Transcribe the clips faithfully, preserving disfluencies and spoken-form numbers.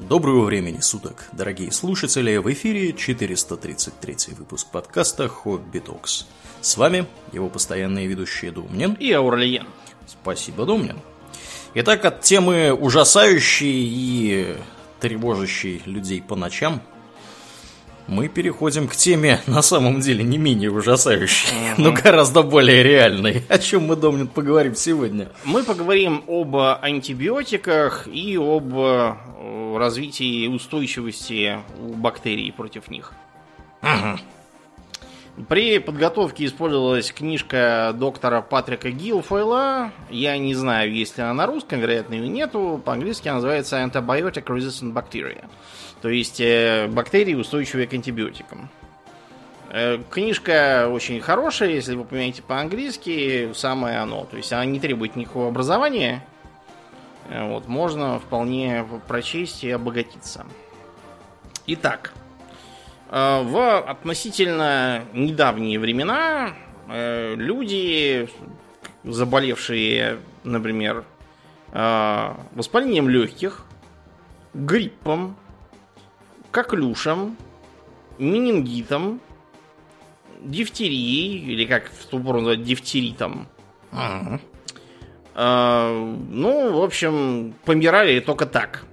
Доброго времени суток, дорогие слушатели, в эфире четыреста тридцать третий выпуск подкаста «Хобби Токс». С вами его постоянные ведущие Домнин и Аурлиен. Спасибо, Домнин. Итак, от темы ужасающей и тревожащей людей по ночам мы переходим к теме, на самом деле, не менее ужасающей, uh-huh. но гораздо более реальной. О чем мы, Домнин, поговорим сегодня? Мы поговорим об антибиотиках и об развитии устойчивости у бактерий против них. Uh-huh. При подготовке использовалась книжка доктора Патрика Гилфойла. Я не знаю, есть ли она на русском, вероятно, ее нету. По-английски она называется Antibiotic Resistant Bacteria. То есть э, бактерии, устойчивые к антибиотикам. Э, книжка очень хорошая, если вы понимаете по-английски, самое оно. То есть она не требует никакого образования. Э, вот, можно вполне прочесть и обогатиться. Итак, э, в относительно недавние времена э, люди, заболевшие, например, э, воспалением легких, гриппом, коклюшем, менингитом, дифтерией, или как в ту пору называют, дифтеритом. Uh-huh. А, ну, в общем, помирали только так.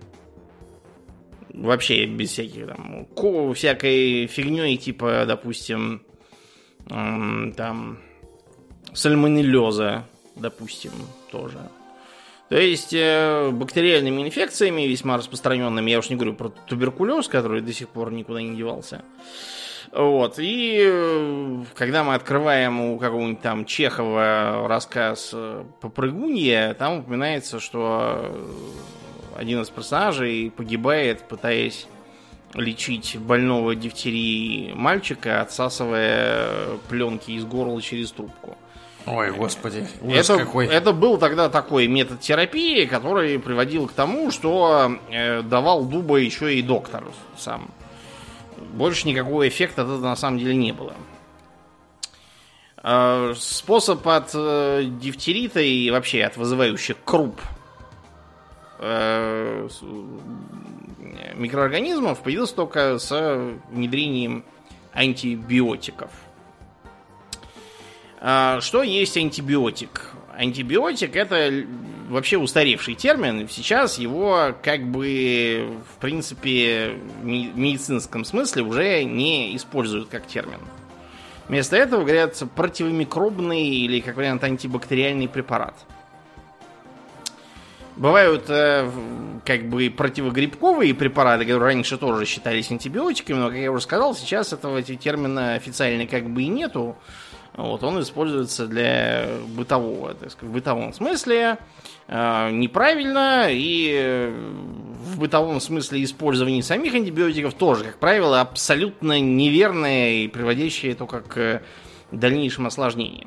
Вообще без всяких там, ко- всякой фигней, типа, допустим, эм, там, сальмонеллеза, допустим, тоже. То есть э, бактериальными инфекциями, весьма распространенными, я уж не говорю про туберкулез, который до сих пор никуда не девался. Вот. И э, когда мы открываем у какого-нибудь там Чехова рассказ «Попрыгунья», там упоминается, что один из персонажей погибает, пытаясь лечить больного дифтерией мальчика, отсасывая пленки из горла через трубку. Ой, господи, ужас это, какой. это был тогда такой метод терапии, который приводил к тому, что э, давал дуба еще и доктор сам. Больше никакого эффекта от этого на самом деле не было. Э, способ от э, дифтерита и вообще от вызывающих круп э, микроорганизмов появился только с внедрением антибиотиков. Что есть антибиотик? Антибиотик — это вообще устаревший термин. Сейчас его как бы в принципе в медицинском смысле уже не используют как термин. Вместо этого говорят противомикробный или, как вариант, антибактериальный препарат. Бывают э, как бы противогрибковые препараты, которые раньше тоже считались антибиотиками, но, как я уже сказал, сейчас этого термина официально как бы и нету. Вот, он используется для бытового, так сказать, в бытовом смысле э, неправильно, и в бытовом смысле использование самих антибиотиков тоже, как правило, абсолютно неверное и приводящее только к дальнейшим осложнениям.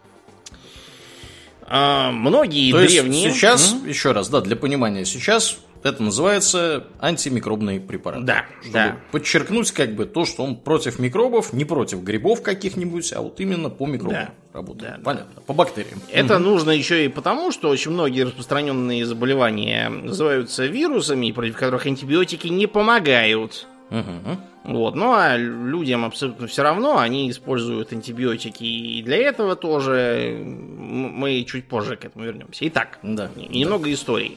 Э, многие То древние... есть сейчас, mm-hmm. еще раз, да, для понимания, сейчас это называется антимикробный препарат. Да, чтобы да. подчеркнуть как бы то, что он против микробов, не против грибов каких-нибудь, а вот именно по микробам да. работает. Да, Понятно, да. по бактериям. Это угу. нужно еще и потому, что очень многие распространенные заболевания называются вирусами, против которых антибиотики не помогают. Угу. Вот. Ну а людям абсолютно все равно, они используют антибиотики и для этого тоже. Мы чуть позже к этому вернемся. Итак, да. немного да. историй.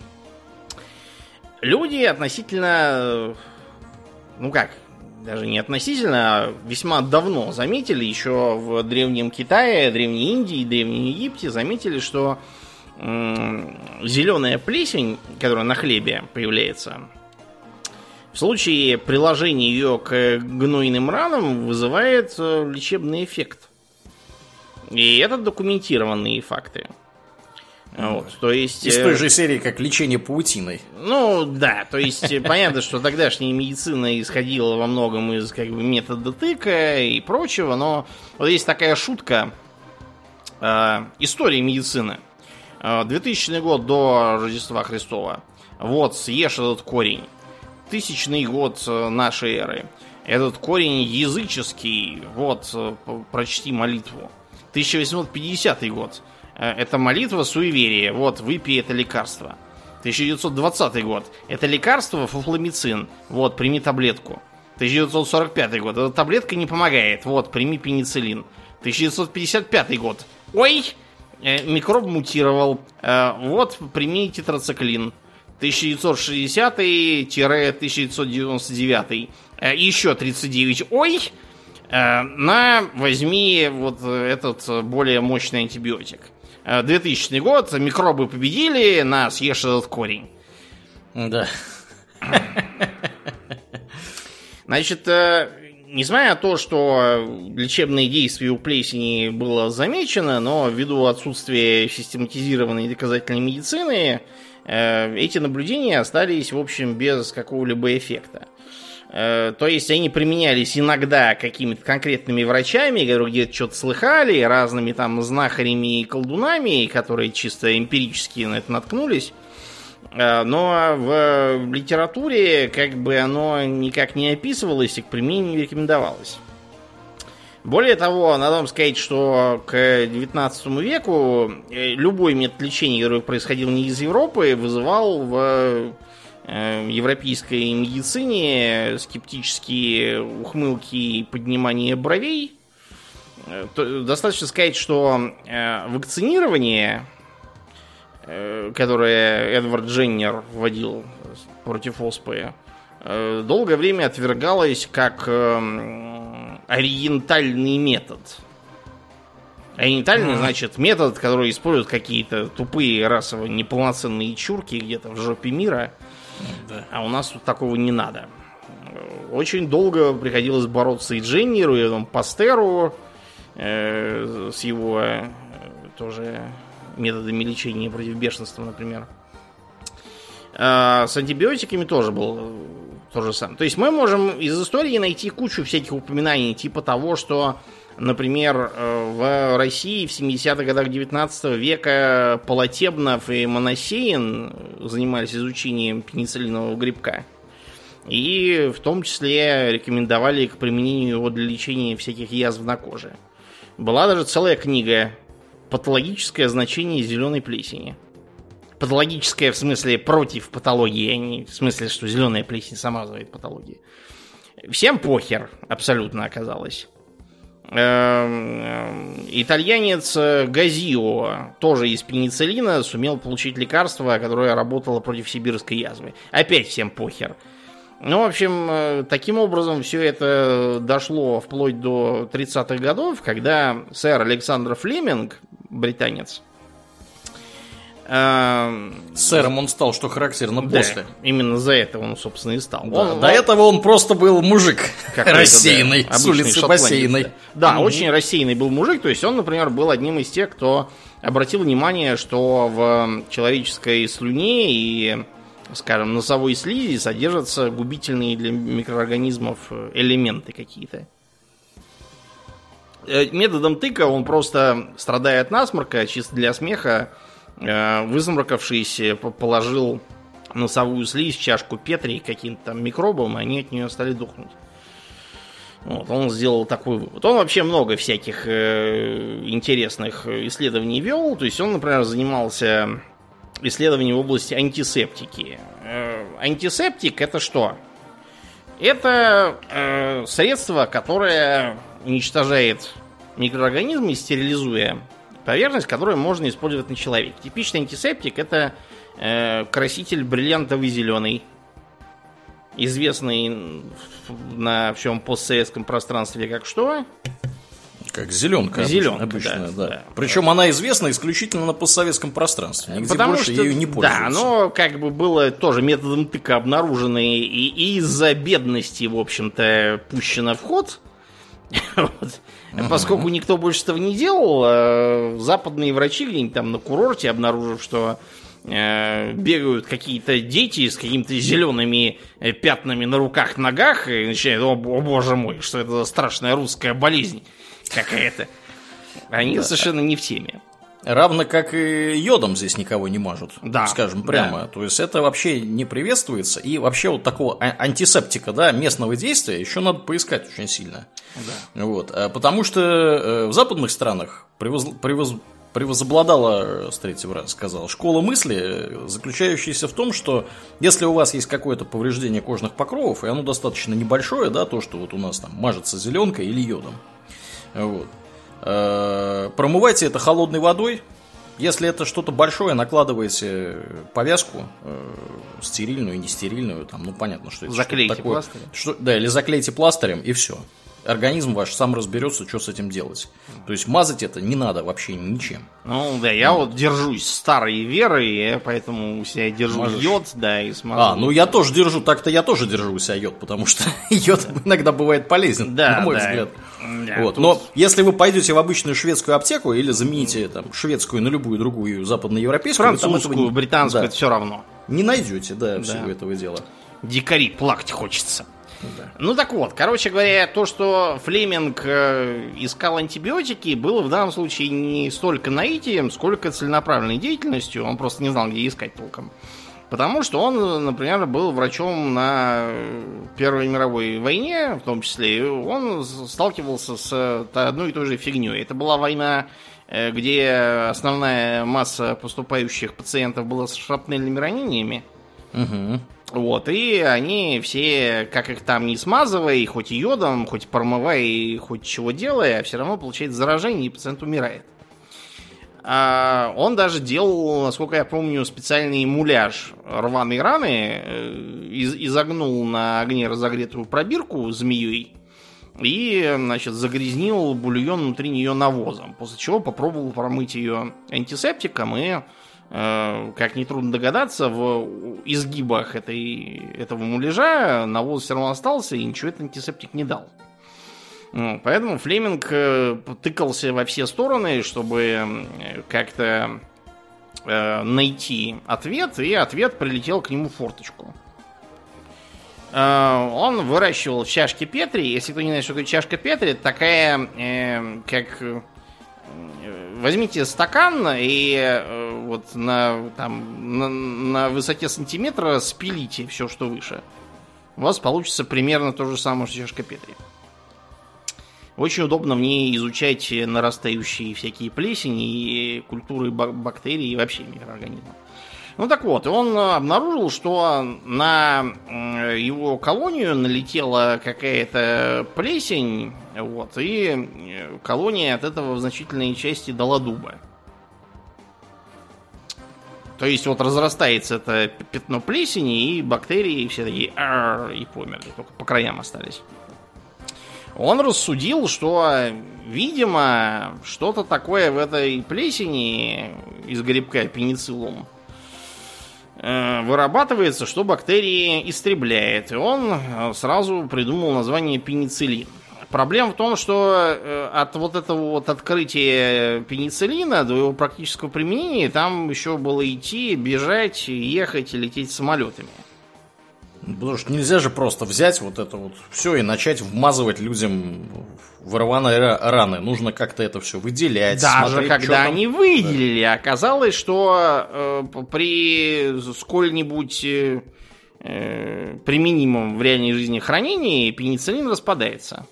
Люди относительно, ну как, даже не относительно, а весьма давно заметили, еще в Древнем Китае, Древней Индии, Древнем Египте, заметили, что м- зеленая плесень, которая на хлебе появляется, в случае приложения ее к гнойным ранам вызывает лечебный эффект. И это документированные факты. Вот, то есть, из той же серии, как лечение паутиной. Ну, да, то есть понятно, что тогдашняя медицина исходила во многом из как бы метода тыка и прочего, но вот есть такая шутка э, истории медицины. Э, двухтысячный год до Рождества Христова. Вот, съешь этот корень. Тысячный год нашей эры. Этот корень языческий. Вот, прочти молитву. тысяча восемьсот пятидесятый год. Это молитва суеверия. Вот, выпей это лекарство. тысяча девятьсот двадцатый год. Это лекарство фуфломицин. Вот, прими таблетку. тысяча девятьсот сорок пятый год. Эта таблетка не помогает. Вот, прими пенициллин. тысяча девятьсот пятьдесят пятый год. Ой, э, микроб мутировал. Э, вот, прими тетрациклин. тысяча девятьсот шестидесятый — тысяча девятьсот девяносто девятый. Э, еще тридцать девять. Ой, э, на, возьми вот этот более мощный антибиотик. Э, двухтысячный год. Микробы победили. На, съешь этот корень. Да. Значит, несмотря на то, что лечебное действие у плесени было замечено, но ввиду отсутствия систематизированной доказательной медицины, эти наблюдения остались, в общем, без какого-либо эффекта. То есть они применялись иногда какими-то конкретными врачами, которые где-то что-то слыхали, разными там знахарями и колдунами, которые чисто эмпирически на это наткнулись. Но в литературе как бы оно никак не описывалось и к применению не рекомендовалось. Более того, надо вам сказать, что к девятнадцатому веку любой метод лечения, который происходил не из Европы, вызывал в европейской медицине скептические ухмылки и поднимание бровей. Достаточно сказать, что вакцинирование, которое Эдвард Дженнер вводил против оспы, долгое время отвергалось как ориентальный метод. Ориентальный, значит, метод, который используют какие-то тупые расово неполноценные чурки где-то в жопе мира. Да. А у нас тут такого не надо. Очень долго приходилось бороться и Дженнеру, и там, Пастеру э, с его э, тоже методами лечения против бешенства, например. А с антибиотиками тоже было то же самое. То есть мы можем из истории найти кучу всяких упоминаний, типа того, что, например, в России в семидесятых годах девятнадцатого века Полотебнов и Моносеин занимались изучением пенициллинового грибка. И в том числе рекомендовали к применению его для лечения всяких язв на коже. Была даже целая книга «Патологическое значение зеленой плесени». Патологическое в смысле против патологии, а не в смысле, что зеленая плесень сама вызывает патологию. Всем похер абсолютно оказалось. Итальянец Газио тоже из пенициллина сумел получить лекарство, которое работало против сибирской язвы. Опять всем похер. Ну, в общем, таким образом все это дошло вплоть до тридцатых годов, когда сэр Александр Флеминг, британец, сэром он стал, что характерно, да, после. Именно за это он, собственно, и стал. Да, он, до он... этого он просто был мужик рассеянный, да, с улицы бассейной. Да, mm-hmm. очень рассеянный был мужик. То есть он, например, был одним из тех, кто обратил внимание, что в человеческой слюне и, скажем, носовой слизи содержатся губительные для микроорганизмов элементы какие-то. Методом тыка он просто, страдая от насморка, чисто для смеха, высморкавшийся, положил носовую слизь в чашку Петри каким-то там микробом, и они от нее стали дохнуть. Вот, он сделал такой вывод. Он вообще много всяких э, интересных исследований вел. То есть он, например, занимался исследованием в области антисептики. Э, антисептик это что? Это э, средство, которое уничтожает микроорганизмы, стерилизуя поверхность, которую можно использовать на человеке. Типичный антисептик это э, краситель бриллиантовый зеленый, известный на всем постсоветском пространстве как что? Как зеленка. Зеленка, обычная, да, да. да. Причем она известна исключительно на постсоветском пространстве. Нигде Потому больше что, ею не пользуются. Да, оно как бы было тоже методом тыка обнаружено и, и из-за бедности, в общем-то, пущено в ход. Вот. Uh-huh. Поскольку никто больше этого не делал, западные врачи где-нибудь там на курорте, обнаружив, что э, бегают какие-то дети с какими-то зелеными пятнами на руках, ногах, и начинают: о, о боже мой, что это за страшная русская болезнь какая-то. Они да. совершенно не в теме. Равно как и йодом здесь никого не мажут, да, да. скажем прямо. То есть это вообще не приветствуется. И вообще вот такого антисептика, да, местного действия еще надо поискать очень сильно. Да. Вот. Потому что в западных странах превоз... Превоз... превозобладала, с третьего раза сказал, школа мысли, заключающаяся в том, что если у вас есть какое-то повреждение кожных покровов, и оно достаточно небольшое, да, то, что вот у нас там мажется зеленкой или йодом, вот, э, промывайте это холодной водой. Если это что-то большое, накладывайте повязку э, стерильную, не стерильную, там, ну понятно, что это заклейте такое. пластырем. Что, да, или заклейте пластырем, и все. Организм ваш сам разберется, что с этим делать. То есть мазать это не надо вообще ничем. Ну да, я ну. вот держусь старой веры, и поэтому у себя держу Мажешь. йод, да, и смазываю. А, ну я тоже держу, так-то я тоже держу у себя йод, потому что йод иногда бывает полезен, да, на мой да. взгляд. Да, вот. тут... Но если вы пойдете в обычную шведскую аптеку или замените там, шведскую на любую другую западноевропейскую, французскую, этого... британскую, да, это все равно. Не найдете, да, да, всего этого дела. Дикари, плакать хочется. Да. Ну так вот, короче говоря, то, что Флеминг э, искал антибиотики, было в данном случае не столько наитием, сколько целенаправленной деятельностью. Он просто не знал, где искать толком. Потому что он, например, был врачом на Первой мировой войне, в том числе. Он сталкивался с одной и той же фигней. Это была война, где основная масса поступающих пациентов была с шрапнельными ранениями. Угу. Вот, и они все, как их там не смазывая, хоть и йодом, хоть промывая, хоть чего делая, все равно получает заражение, и пациент умирает. А он даже делал, насколько я помню, специальный муляж рваной раны, из- изогнул на огне разогретую пробирку змеей и, значит, загрязнил бульон внутри нее навозом, после чего попробовал промыть ее антисептиком и... Как нетрудно догадаться, в изгибах этой, этого муляжа навоз все равно остался, и ничего этот антисептик не дал. Поэтому Флеминг тыкался во все стороны, чтобы как-то найти ответ, и ответ прилетел к нему в форточку. Он выращивал в чашке Петри. Если кто не знает, что такое чашка Петри, это такая, как... Возьмите стакан и э, вот на, там, на, на высоте сантиметра спилите все, что выше. У вас получится примерно то же самое, что чашка Петри. Очень удобно в ней изучать нарастающие всякие плесени и культуры бактерий и вообще микроорганизмов. Ну так вот, он обнаружил, что на его колонию налетела какая-то плесень, вот, и колония от этого в значительной части дала дуба. То есть вот разрастается это пятно плесени, и бактерии все такие и померли, только по краям остались. Он рассудил, что, видимо, что-то такое в этой плесени из грибка пенициллум вырабатывается, что бактерии истребляет. И он сразу придумал название пенициллин. Проблема в том, что от вот этого вот открытия пенициллина до его практического применения там еще было идти, бежать, ехать и лететь самолетами. Потому что нельзя же просто взять вот это вот все и начать вмазывать людям в рваные раны. Нужно как-то это все выделять. Даже смотреть, когда они там... выделили, да. Оказалось, что э, при сколь-нибудь э, применимом в реальной жизни хранении пенициллин распадается.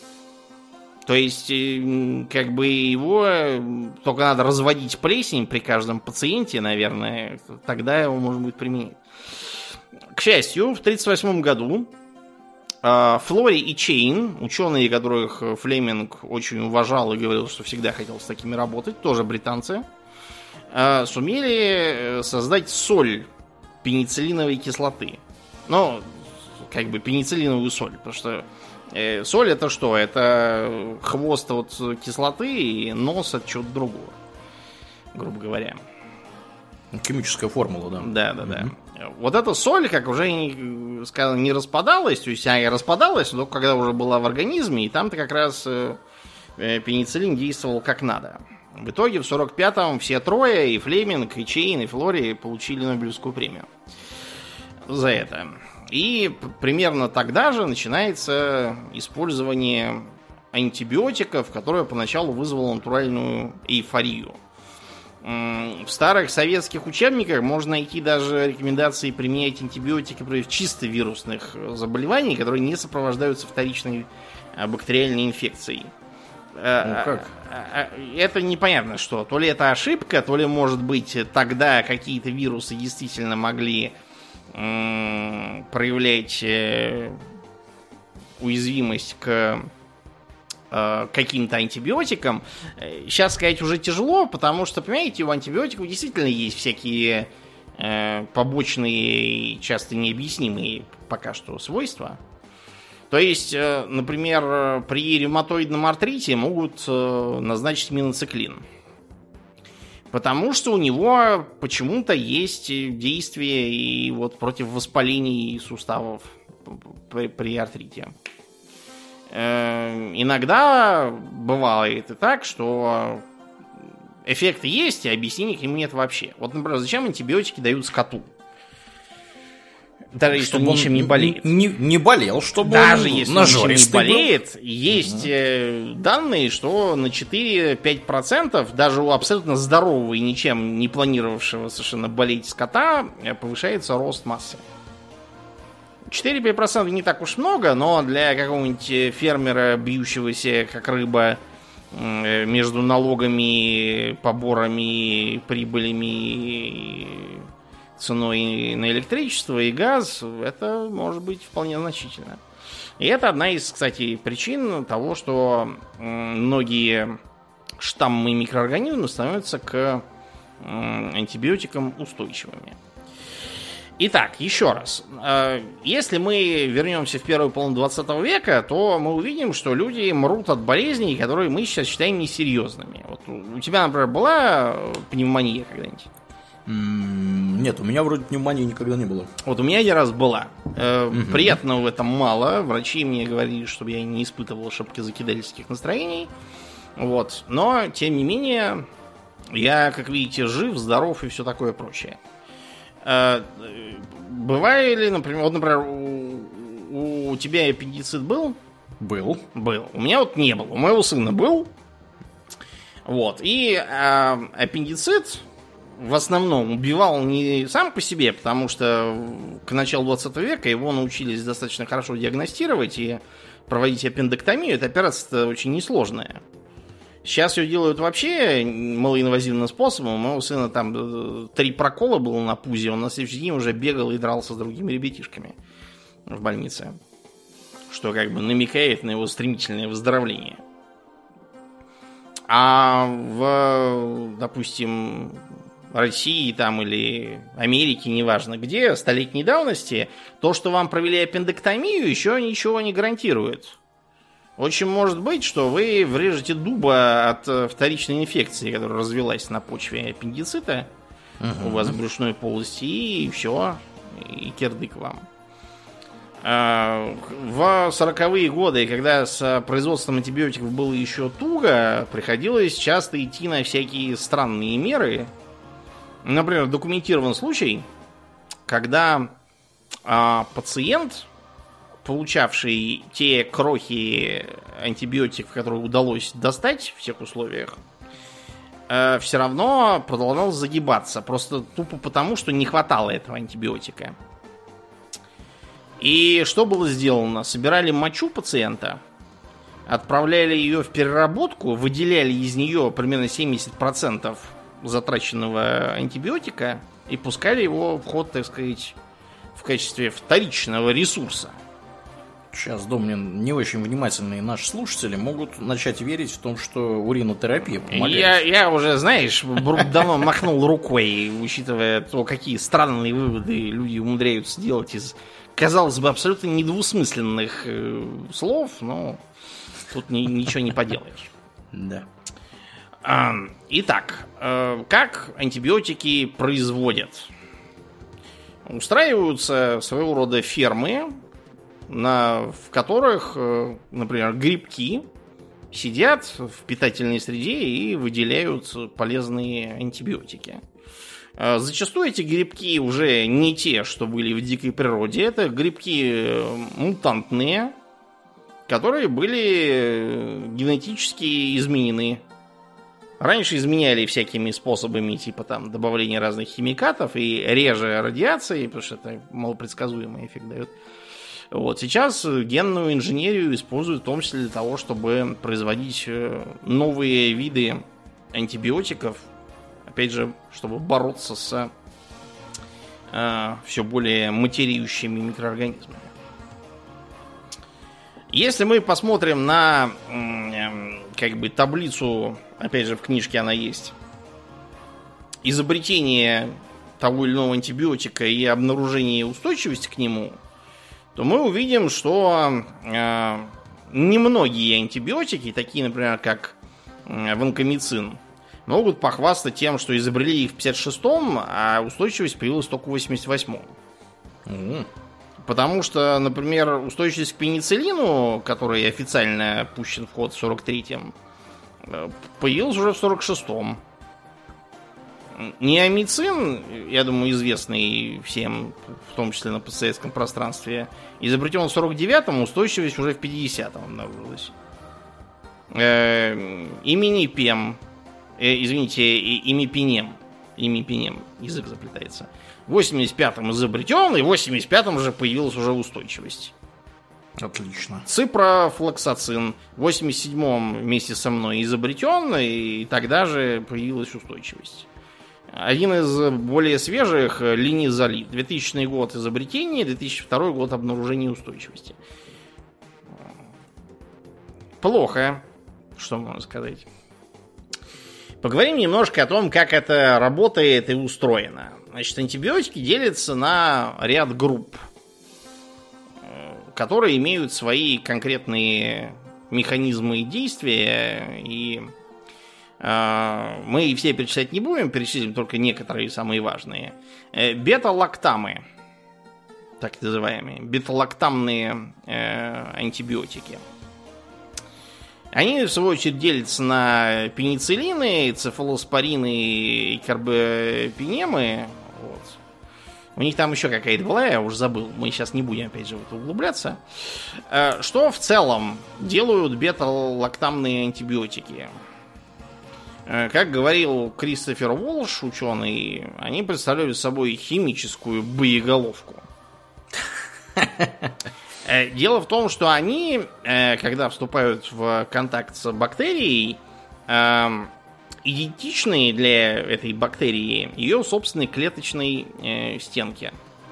То есть, э, как бы его только надо разводить плесень при каждом пациенте, наверное, тогда его можно будет применить. К счастью, в тысяча девятьсот тридцать восьмом году э, Флори и Чейн, ученые, которых Флеминг очень уважал и говорил, что всегда хотел с такими работать, тоже британцы, э, сумели создать соль пенициллиновой кислоты. Ну, как бы пенициллиновую соль, потому что э, соль это что? Это хвост от кислоты и нос от чего-то другого, грубо говоря. Химическая формула, да. Да, да, да. Вот эта соль, как уже сказано, не распадалась, то есть она и распадалась, но когда уже была в организме, и там-то как раз пенициллин действовал как надо. В итоге в сорок пятом все трое, и Флеминг, и Чейн, и Флори, получили Нобелевскую премию за это. И примерно тогда же начинается использование антибиотиков, которое поначалу вызвало натуральную эйфорию. В старых советских учебниках можно найти даже рекомендации применять антибиотики против чисто вирусных заболеваний, которые не сопровождаются вторичной бактериальной инфекцией. Ну, как? Это непонятно что. То ли это ошибка, то ли, может быть, тогда какие-то вирусы действительно могли м- проявлять э, уязвимость к э, каким-то антибиотикам. Сейчас сказать уже тяжело, потому что, понимаете, у антибиотиков действительно есть всякие э, побочные, часто необъяснимые пока что свойства. То есть, например, при ревматоидном артрите могут назначить миноциклин. Потому что у него почему-то есть действие и вот против воспалений суставов при, при артрите. Иногда бывает и так, что эффект есть, а объяснений к нему нет вообще. Вот, например, зачем антибиотики дают скоту? Даже если он ничем не болеет. Не, не болел, чтобы Даже он если он ничем не был. болеет, есть угу. данные, что на четыре-пять процентов даже у абсолютно здорового и ничем не планировавшего совершенно болеть скота повышается рост массы. четыре-пять процентов не так уж много, но для какого-нибудь фермера, бьющегося как рыба между налогами, поборами, прибылями, ценой на электричество и газ, это может быть вполне значительно. И это одна из, кстати, причин того, что многие штаммы микроорганизмов становятся к антибиотикам устойчивыми. Итак, еще раз. Если мы вернемся в первую половину двадцатого века, то мы увидим, что люди мрут от болезней, которые мы сейчас считаем несерьезными. Вот у тебя, например, была пневмония когда-нибудь? Нет, у меня вроде пневмонии никогда не было. Вот у меня один раз была. Э, угу. Приятного в этом мало. Врачи мне говорили, чтобы я не испытывал шапкозакидательских настроений. Вот. Но, тем не менее, я, как видите, жив, здоров и все такое прочее. Э, бывали, например, вот, например, у, у тебя аппендицит был? Был. Был. У меня вот не было. У моего сына был. Вот. И э, аппендицит в основном убивал не сам по себе, потому что к началу двадцатого века его научились достаточно хорошо диагностировать и проводить аппендэктомию. Эта операция очень несложная. Сейчас ее делают вообще малоинвазивным способом. У моего сына там три прокола было на пузе, он на следующий день уже бегал и дрался с другими ребятишками в больнице. Что как бы намекает на его стремительное выздоровление. А в, допустим, России там или Америке, неважно где, столетней давности, то, что вам провели аппендэктомию, еще ничего не гарантирует. Очень может быть, что вы врежете дуба от вторичной инфекции, которая развелась на почве аппендицита uh-huh. у вас в брюшной полости, и все, и кирдык вам. В сороковые годы, когда с производством антибиотиков было еще туго, приходилось часто идти на всякие странные меры. Например, документирован случай, когда а, пациент, получавший те крохи антибиотиков, которые удалось достать в тех условиях, а, все равно продолжал загибаться. Просто тупо потому, что не хватало этого антибиотика. И что было сделано? Собирали мочу пациента, отправляли ее в переработку, выделяли из нее примерно семьдесят процентов затраченного антибиотика и пускали его в ход, так сказать, в качестве вторичного ресурса. Сейчас, думаю, не очень внимательные наши слушатели могут начать верить в том, что уринотерапия помогает. Я, я уже, знаешь, давно махнул рукой, учитывая то, какие странные выводы люди умудряются делать из, казалось бы, абсолютно недвусмысленных э, слов, но тут ни, ничего не поделаешь. Да. Итак, как антибиотики производят? Устраиваются своего рода фермы, на, в которых, например, грибки сидят в питательной среде и выделяют полезные антибиотики. Зачастую эти грибки уже не те, что были в дикой природе. Это грибки мутантные, которые были генетически изменены. Раньше изменяли всякими способами, типа там добавления разных химикатов и реже радиации, потому что это малопредсказуемый эффект дает. Вот сейчас генную инженерию используют в том числе для того, чтобы производить новые виды антибиотиков. Опять же, чтобы бороться с э, все более материющими микроорганизмами. Если мы посмотрим на э, как бы таблицу, опять же в книжке она есть, изобретение того или иного антибиотика и обнаружение устойчивости к нему, то мы увидим, что э, немногие антибиотики, такие, например, как э, ванкомицин, могут похвастаться тем, что изобрели их в пятьдесят шестом, а устойчивость появилась только в восемьдесят восьмом. Mm-hmm. Потому что, например, устойчивость к пенициллину, который официально пущен в ход в сорок третьем, появилась уже в сорок шестом. Неомицин, я думаю, известный всем, в том числе на постсоветском пространстве, изобретен в сорок девятом, устойчивость уже в пятидесятом обнаружилась. Э, иминипем, э, извините, имипенем, имипенем, язык заплетается. В восемьдесят пятом изобретен, и в восемьдесят пятом же появилась уже устойчивость. Отлично. Ципрофлоксацин в восемьдесят седьмом вместе со мной изобретен, и тогда же появилась устойчивость. Один из более свежих — линизолид. двухтысячный год изобретения, две тысячи второй год обнаружения устойчивости. Плохо, что можно сказать. Поговорим немножко о том, как это работает и устроено. Значит, антибиотики делятся на ряд групп, которые имеют свои конкретные механизмы действия, и э, мы их все перечислять не будем, перечислим только некоторые самые важные. Бета-лактамы, так называемые, бета-лактамные э, антибиотики. Они, в свою очередь, делятся на пенициллины, цефалоспорины и карбапенемы. Вот. У них там еще какая-то была, я уже забыл. Мы сейчас не будем, опять же, в это углубляться. Что в целом делают бета-лактамные антибиотики? Как говорил Кристофер Уолш, ученый, они представляют собой химическую боеголовку. Дело в том, что они, когда вступают в контакт с бактерией, идентичны для этой бактерии ее собственной клеточной стенке.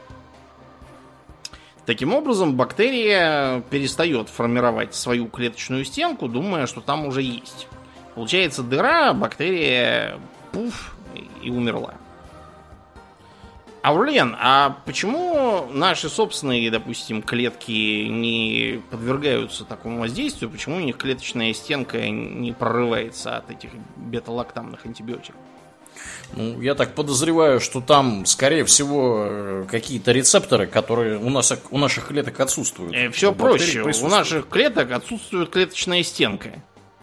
Таким образом, бактерия перестает формировать свою клеточную стенку, думая, что там уже есть. Получается дыра, бактерия пуф и умерла. Аурлен, а почему наши собственные, допустим, клетки не подвергаются такому воздействию? Почему у них клеточная стенка не прорывается от этих бета-лактамных антибиотиков? Ну, я так подозреваю, что там, скорее всего, какие-то рецепторы, которые у, нас, у наших клеток отсутствуют. Э, все проще. У наших клеток отсутствует клеточная стенка.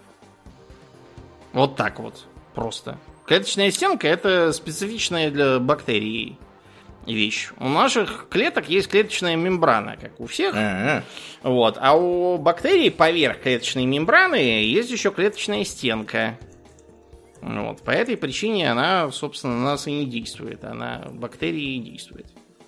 Вот так вот. Просто. Клеточная стенка — это специфичная для бактерий вещь. У наших клеток есть клеточная мембрана, как у всех. А-а-а. Вот. А у бактерий поверх клеточной мембраны есть еще клеточная стенка. Вот. По этой причине она, собственно, на нас и не действует. Она бактерии действует.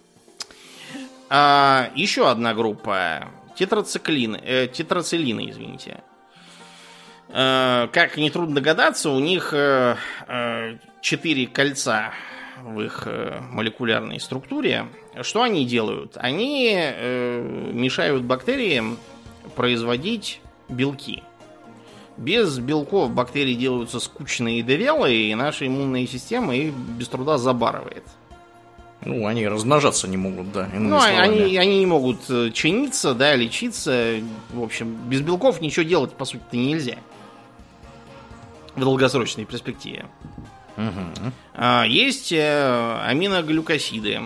А, еще одна группа. Тетрациклины, э, тетрацилины, извините. Э, как нетрудно догадаться, у них э, э, четыре кольца в их молекулярной структуре. Что они делают? Они э, мешают бактериям производить белки. Без белков бактерии делаются скучные и дырявые, и наша иммунная система их без труда забарывает. Ну, они размножаться не могут, да. Ну, они, они не могут чиниться, да, лечиться. В общем, без белков ничего делать, по сути-то, нельзя. В долгосрочной перспективе. Угу. Есть аминоглюкосиды.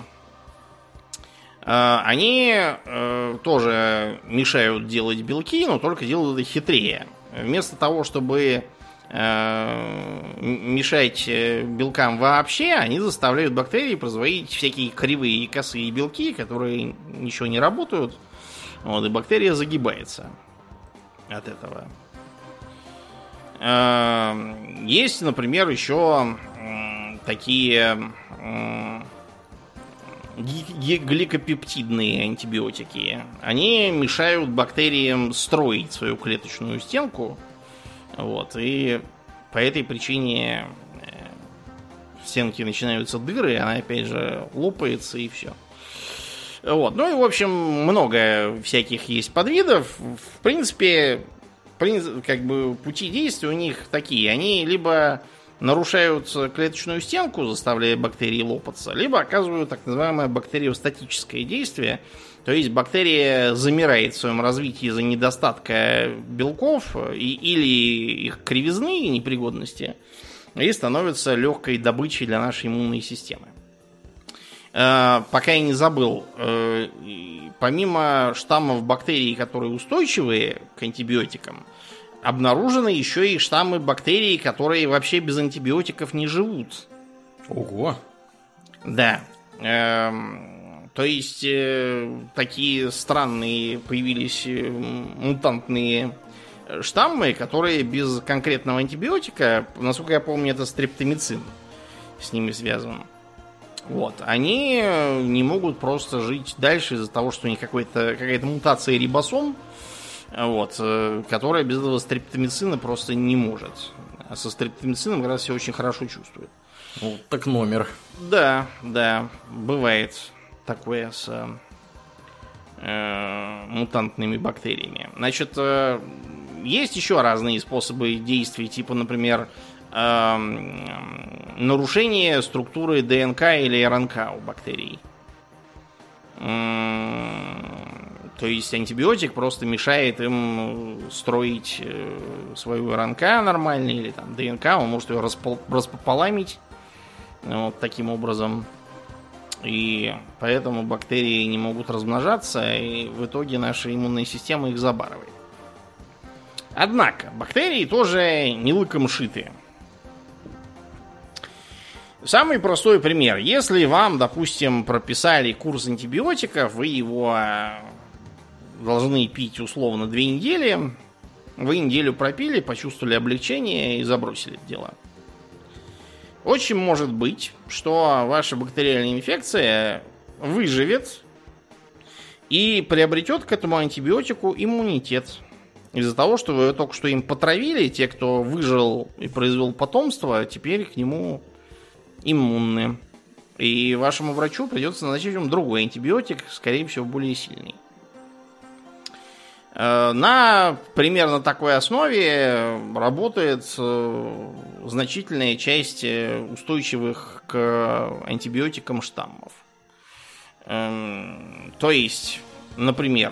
Они тоже мешают делать белки, но только делают это хитрее. Вместо того, чтобы мешать белкам вообще, они заставляют бактерии производить всякие кривые и косые белки, которые ничего не работают. Вот, и бактерия загибается от этого. Есть, например, еще такие гликопептидные антибиотики. Они мешают бактериям строить свою клеточную стенку. Вот, и по этой причине в стенке начинаются дыры, она опять же лопается и все. Вот. Ну и, в общем, много всяких есть подвидов. В принципе, как бы пути действия у них такие. Они либо нарушают клеточную стенку, заставляя бактерии лопаться, либо оказывают так называемое бактериостатическое действие. То есть бактерия замирает в своем развитии из-за недостатка белков и, или их кривизны и непригодности и становится легкой добычей для нашей иммунной системы. Пока я не забыл, помимо штаммов бактерий, которые устойчивые к антибиотикам, обнаружены еще и штаммы бактерий, которые вообще без антибиотиков не живут. Ого! Да. То есть такие странные появились мутантные штаммы, которые без конкретного антибиотика, насколько я помню, это стрептомицин с ними связан. Вот. Они не могут просто жить дальше из-за того, что у них какая-то мутация рибосом, вот, которая без этого стрептомицина просто не может. А со стрептомицином как раз все очень хорошо чувствует. Вот так номер. Да, да, бывает такое с э, мутантными бактериями. Значит, э, есть еще разные способы действий, типа, например, нарушение структуры ДНК или РНК у бактерий. То есть антибиотик просто мешает им строить свою РНК нормально или там ДНК, он может ее распол- распополамить вот таким образом. И поэтому бактерии не могут размножаться, и в итоге наша иммунная система их забарывает. Однако, бактерии тоже не лыком шиты. Самый простой пример. Если вам, допустим, прописали курс антибиотиков, вы его должны пить условно две недели, вы неделю пропили, почувствовали облегчение и забросили это дело. Очень может быть, что ваша бактериальная инфекция выживет и приобретет к этому антибиотику иммунитет. Из-за того, что вы только что им потравили, те, кто выжил и произвел потомство, теперь к нему иммунны. И вашему врачу придется назначить вам другой антибиотик, скорее всего, более сильный. На примерно такой основе работает значительная часть устойчивых к антибиотикам штаммов. То есть, например,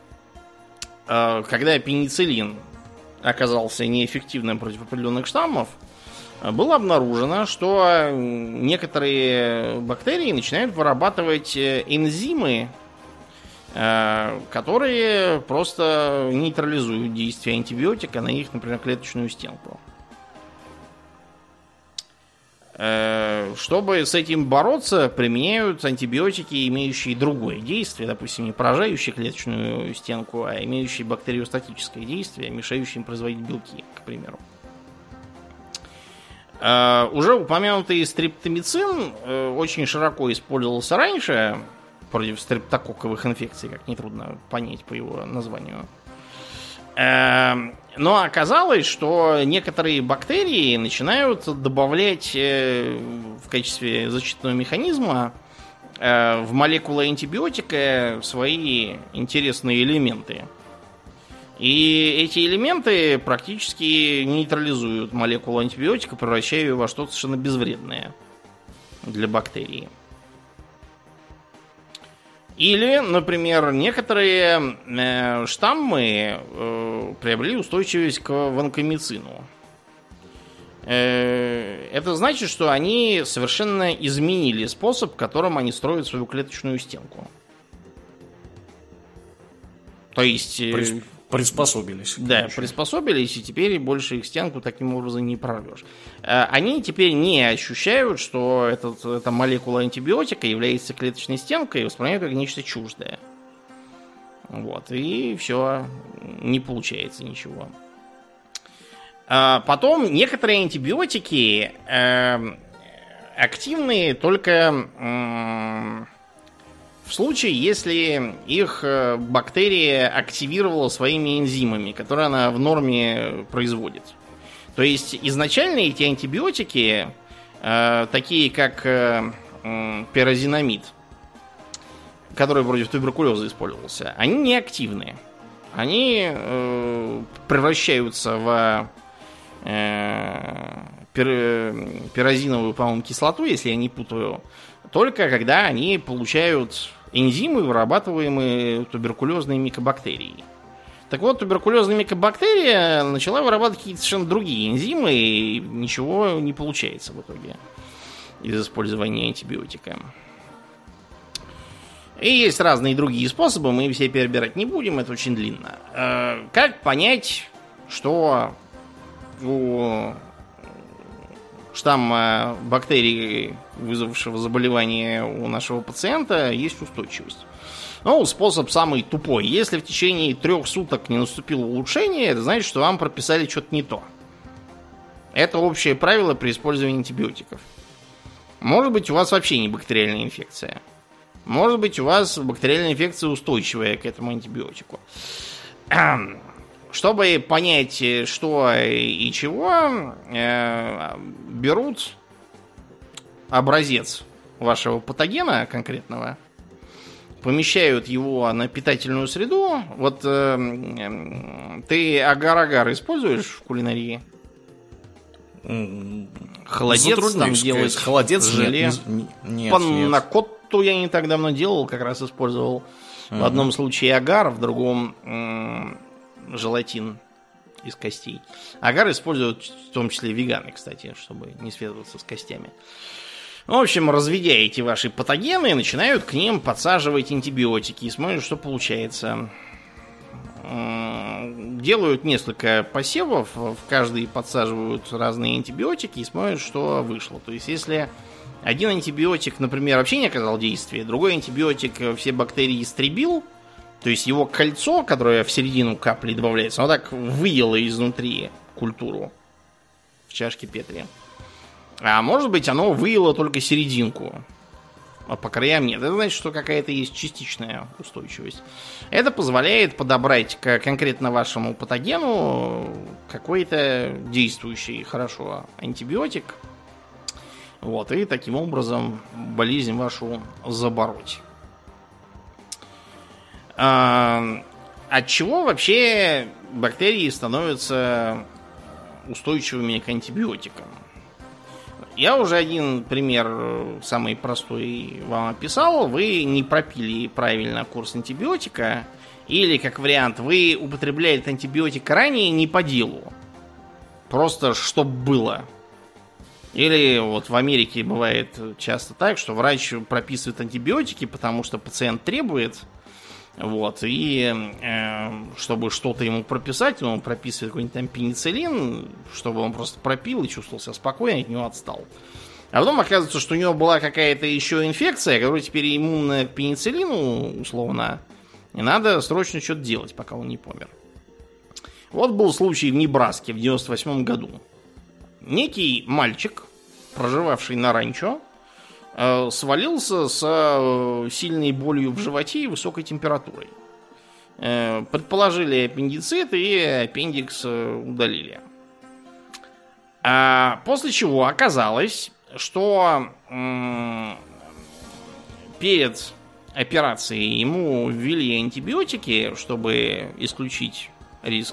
когда пенициллин оказался неэффективным против определенных штаммов, было обнаружено, что некоторые бактерии начинают вырабатывать энзимы, которые просто нейтрализуют действие антибиотика на их, например, клеточную стенку. Чтобы с этим бороться, применяют антибиотики, имеющие другое действие, допустим, не поражающие клеточную стенку, а имеющие бактериостатическое действие, мешающие им производить белки, к примеру. Uh, уже упомянутый стрептомицин uh, очень широко использовался раньше против стрептококковых инфекций, как нетрудно понять по его названию. Uh, но оказалось, что некоторые бактерии начинают добавлять uh, в качестве защитного механизма uh, в молекулы антибиотика свои интересные элементы. И эти элементы практически нейтрализуют молекулу антибиотика, превращая ее во что-то совершенно безвредное для бактерии. Или, например, некоторые э, штаммы э, приобрели устойчивость к ванкомицину. Э, это значит, что они совершенно изменили способ, которым они строят свою клеточную стенку. То есть... Э, Приспособились. Да, конечно. Приспособились, и теперь больше их стенку таким образом не прорвешь. Они теперь не ощущают, что этот, эта молекула антибиотика является клеточной стенкой и воспринимают как нечто чуждое. Вот, и все, не получается ничего. Потом некоторые антибиотики активны только в случае, если их бактерия активировала своими энзимами, которые она в норме производит. То есть изначально эти антибиотики, э, такие как э, э, пирозинамид, который против туберкулеза использовался, они не активны. Они э, превращаются в э, пир, пирозиновую, по-моему, кислоту, если я не путаю, только когда они получают энзимы, вырабатываемые туберкулезной микобактерией. Так вот, туберкулезная микобактерия начала вырабатывать какие-то совершенно другие энзимы, и ничего не получается в итоге из использования антибиотика. И есть разные другие способы, мы все перебирать не будем, это очень длинно. Как понять, что у штамма бактерий, вызвавшего заболевание у нашего пациента, есть устойчивость? Ну, способ самый тупой. Если в течение трех суток не наступило улучшение, это значит, что вам прописали что-то не то. Это общее правило при использовании антибиотиков. Может быть, у вас вообще не бактериальная инфекция. Может быть, у вас бактериальная инфекция устойчивая к этому антибиотику. Чтобы понять, что и чего, берут образец вашего патогена конкретного, помещают его на питательную среду. Вот э, ты агар-агар используешь в кулинарии? Холодец там делать, холодец, желе. Нет, нет, Паннакотту я не так давно делал, как раз использовал. Uh-huh. В одном случае агар, в другом м- желатин из костей. Агар используют в том числе веганы, кстати, чтобы не связываться с костями. В общем, разведя эти ваши патогены, начинают к ним подсаживать антибиотики и смотрят, что получается. Делают несколько посевов, в каждый подсаживают разные антибиотики и смотрят, что вышло. То есть, если один антибиотик, например, вообще не оказал действия, другой антибиотик все бактерии истребил, то есть его кольцо, которое в середину капли добавляется, оно так выело изнутри культуру в чашке Петри. А может быть, оно выело только серединку, а по краям нет. Это значит, что какая-то есть частичная устойчивость. Это позволяет подобрать к конкретно вашему патогену какой-то действующий хорошо антибиотик. Вот, и таким образом болезнь вашу забороть. А, от чего вообще бактерии становятся устойчивыми к антибиотикам? Я уже один пример, самый простой, вам описал. Вы не пропили правильно курс антибиотика, или, как вариант, вы употребляли этот антибиотик ранее не по делу. Просто чтоб было. Или вот в Америке бывает часто так, что врач прописывает антибиотики, потому что пациент требует. Вот, и э, чтобы что-то ему прописать, он прописывает какой-нибудь там пенициллин, чтобы он просто пропил и чувствовал себя спокойно, от него отстал. А потом оказывается, что у него была какая-то еще инфекция, которая теперь иммунная к пенициллину, условно, и надо срочно что-то делать, пока он не помер. Вот был случай в Небраске в девяносто восьмом году. Некий мальчик, проживавший на ранчо, свалился с сильной болью в животе и высокой температурой. Предположили аппендицит и аппендикс удалили. А после чего оказалось, что перед операцией ему ввели антибиотики, чтобы исключить риск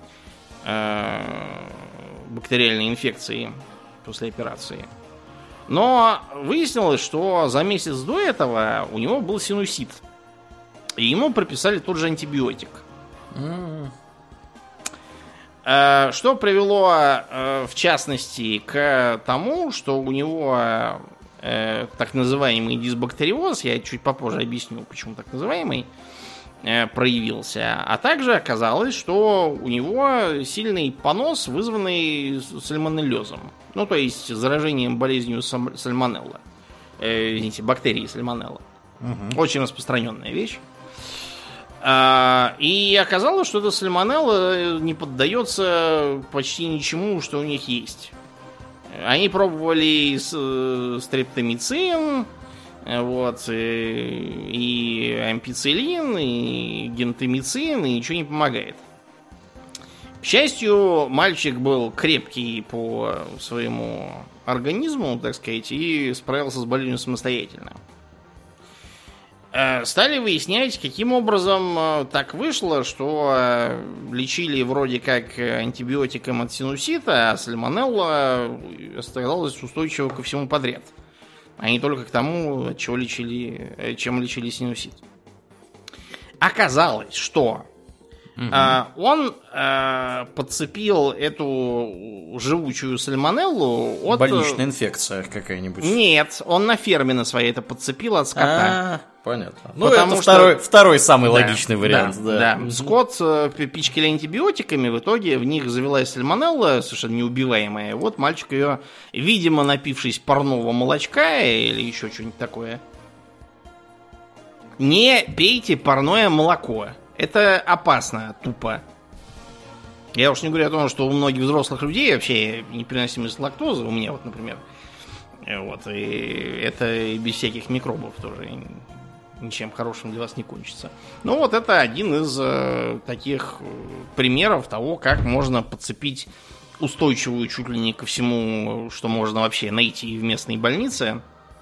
бактериальной инфекции после операции. Но выяснилось, что за месяц до этого у него был синусит. И ему прописали тот же антибиотик. Mm. Что привело, в частности, к тому, что у него так называемый дисбактериоз, я чуть попозже объясню, почему так называемый, проявился. А также оказалось, что у него сильный понос, вызванный сальмонеллезом. Ну, то есть заражением болезнью сальмонелла. Э, извините, бактерии сальмонелла. Угу. Очень распространенная вещь. А, и оказалось, что эта сальмонелла не поддается почти ничему, что у них есть. Они пробовали стрептомицин, Вот, и, и ампицилин, и гентамицин, и ничего не помогает. К счастью, мальчик был крепкий по своему организму, так сказать, и справился с болезнью самостоятельно. Стали выяснять, каким образом так вышло, что лечили вроде как антибиотиком от синусита, а сальмонелла оказалась устойчива ко всему подряд, а не только к тому, от чего лечили, чем лечили синусит. Оказалось, что угу. а, он а, подцепил эту живучую сальмонеллу от... Больничная инфекция какая-нибудь. Нет, он на ферме на своей это подцепил от скота. А-а-а. Понятно. Ну, потому это что... второй, второй самый да, логичный вариант. Да, да. да. Скот пичкали антибиотиками, в итоге в них завелась сальмонелла, совершенно неубиваемая. Вот мальчик ее, видимо, напившись парного молочка или еще что-нибудь такое. Не пейте парное молоко. Это опасно, тупо. Я уж не говорю о том, что у многих взрослых людей вообще непереносимость лактозы, у меня вот, например. Вот, и это и без всяких микробов тоже ничем хорошим для вас не кончится. Ну вот это один из э, таких примеров того, как можно подцепить устойчивую чуть ли не ко всему, что можно вообще найти в местной больнице,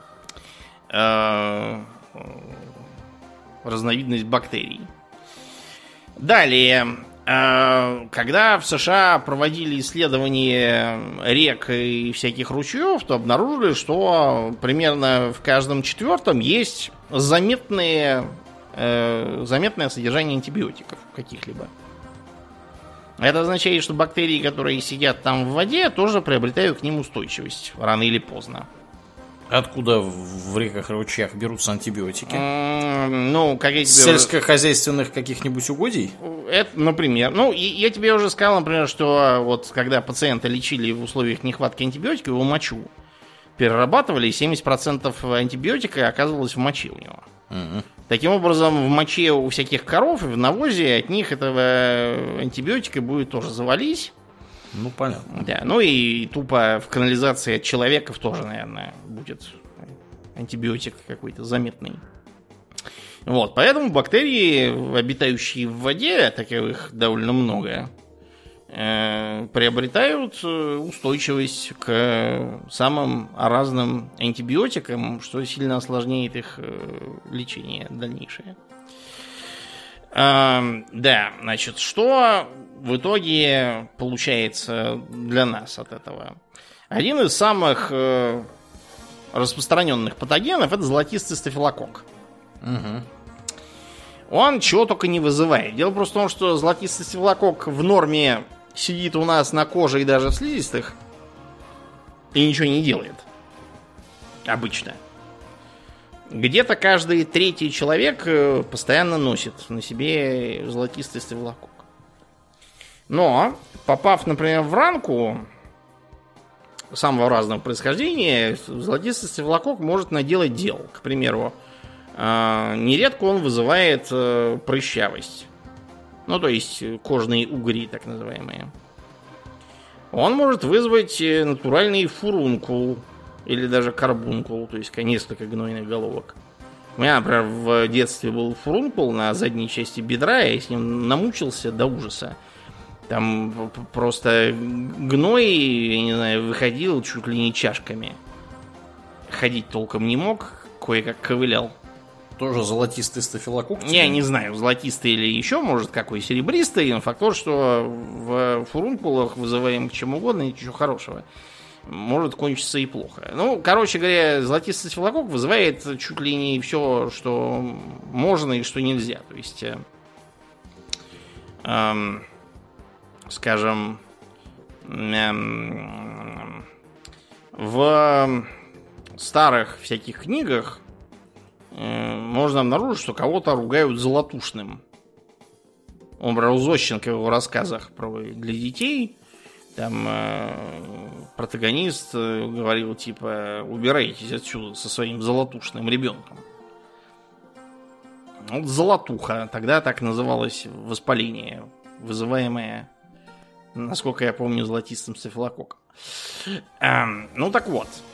э, разновидность бактерий. Далее, э, когда в США проводили исследования рек и всяких ручьев, то обнаружили, что примерно в каждом четвертом есть заметные, э, заметное содержание антибиотиков каких-либо. Это означает, что бактерии, которые сидят там в воде, тоже приобретают к ним устойчивость рано или поздно. Откуда в реках и ручьях берутся антибиотики? Mm, ну, как я тебе... Сельскохозяйственных каких-нибудь угодий? Это, например. Ну, я тебе уже сказал, например, что вот когда пациента лечили в условиях нехватки антибиотиков, его мочу перерабатывали, и семьдесят процентов антибиотика оказывалось в моче у него. Mm-hmm. Таким образом, в моче у всяких коров и в навозе от них этого антибиотика будет тоже завались. Ну, понятно. Да, ну и тупо в канализации от человеков тоже, наверное, будет антибиотик какой-то заметный. Вот, поэтому бактерии, обитающие в воде, таковых довольно много, э, приобретают устойчивость к самым разным антибиотикам, что сильно осложняет их э, лечение дальнейшее. Э, да, значит, что в итоге получается для нас от этого? Один из самых э, распространенных патогенов — это золотистый стафилококк. Угу. Он чего только не вызывает. Дело просто в том, что золотистый стафилококк в норме сидит у нас на коже и даже в слизистых и ничего не делает. Обычно. Где-то каждый третий человек постоянно носит на себе золотистый стафилококк. Но, попав, например, в ранку самого разного происхождения, золотистый стафилококк может наделать дел. К примеру, нередко он вызывает прыщавость. Ну, то есть кожные угри, так называемые. Он может вызвать натуральный фурункул или даже карбункул, то есть несколько гнойных головок. У меня, например, в детстве был фурункул на задней части бедра, я с ним намучился до ужаса. Там просто гной, я не знаю, выходил чуть ли не чашками. Ходить толком не мог, кое-как ковылял. Тоже золотистый стафилококк? Я не знаю, золотистый или еще, может, какой серебристый. Но факт тот, что в фурункулах, вызываемых чем угодно, ничего хорошего. Может кончиться и плохо. Ну, короче говоря, золотистый стафилококк вызывает чуть ли не все, что можно и что нельзя. То есть, э, э, скажем, э, в старых всяких книгах можно обнаружить, что кого-то ругают золотушным. Он брал Зощенко в его рассказах про для детей. Там э, протагонист э, говорил, типа, убирайтесь отсюда со своим золотушным ребенком. Вот золотуха. Тогда так называлось воспаление, вызываемое, насколько я помню, золотистым стафилококком. Э, ну так вот.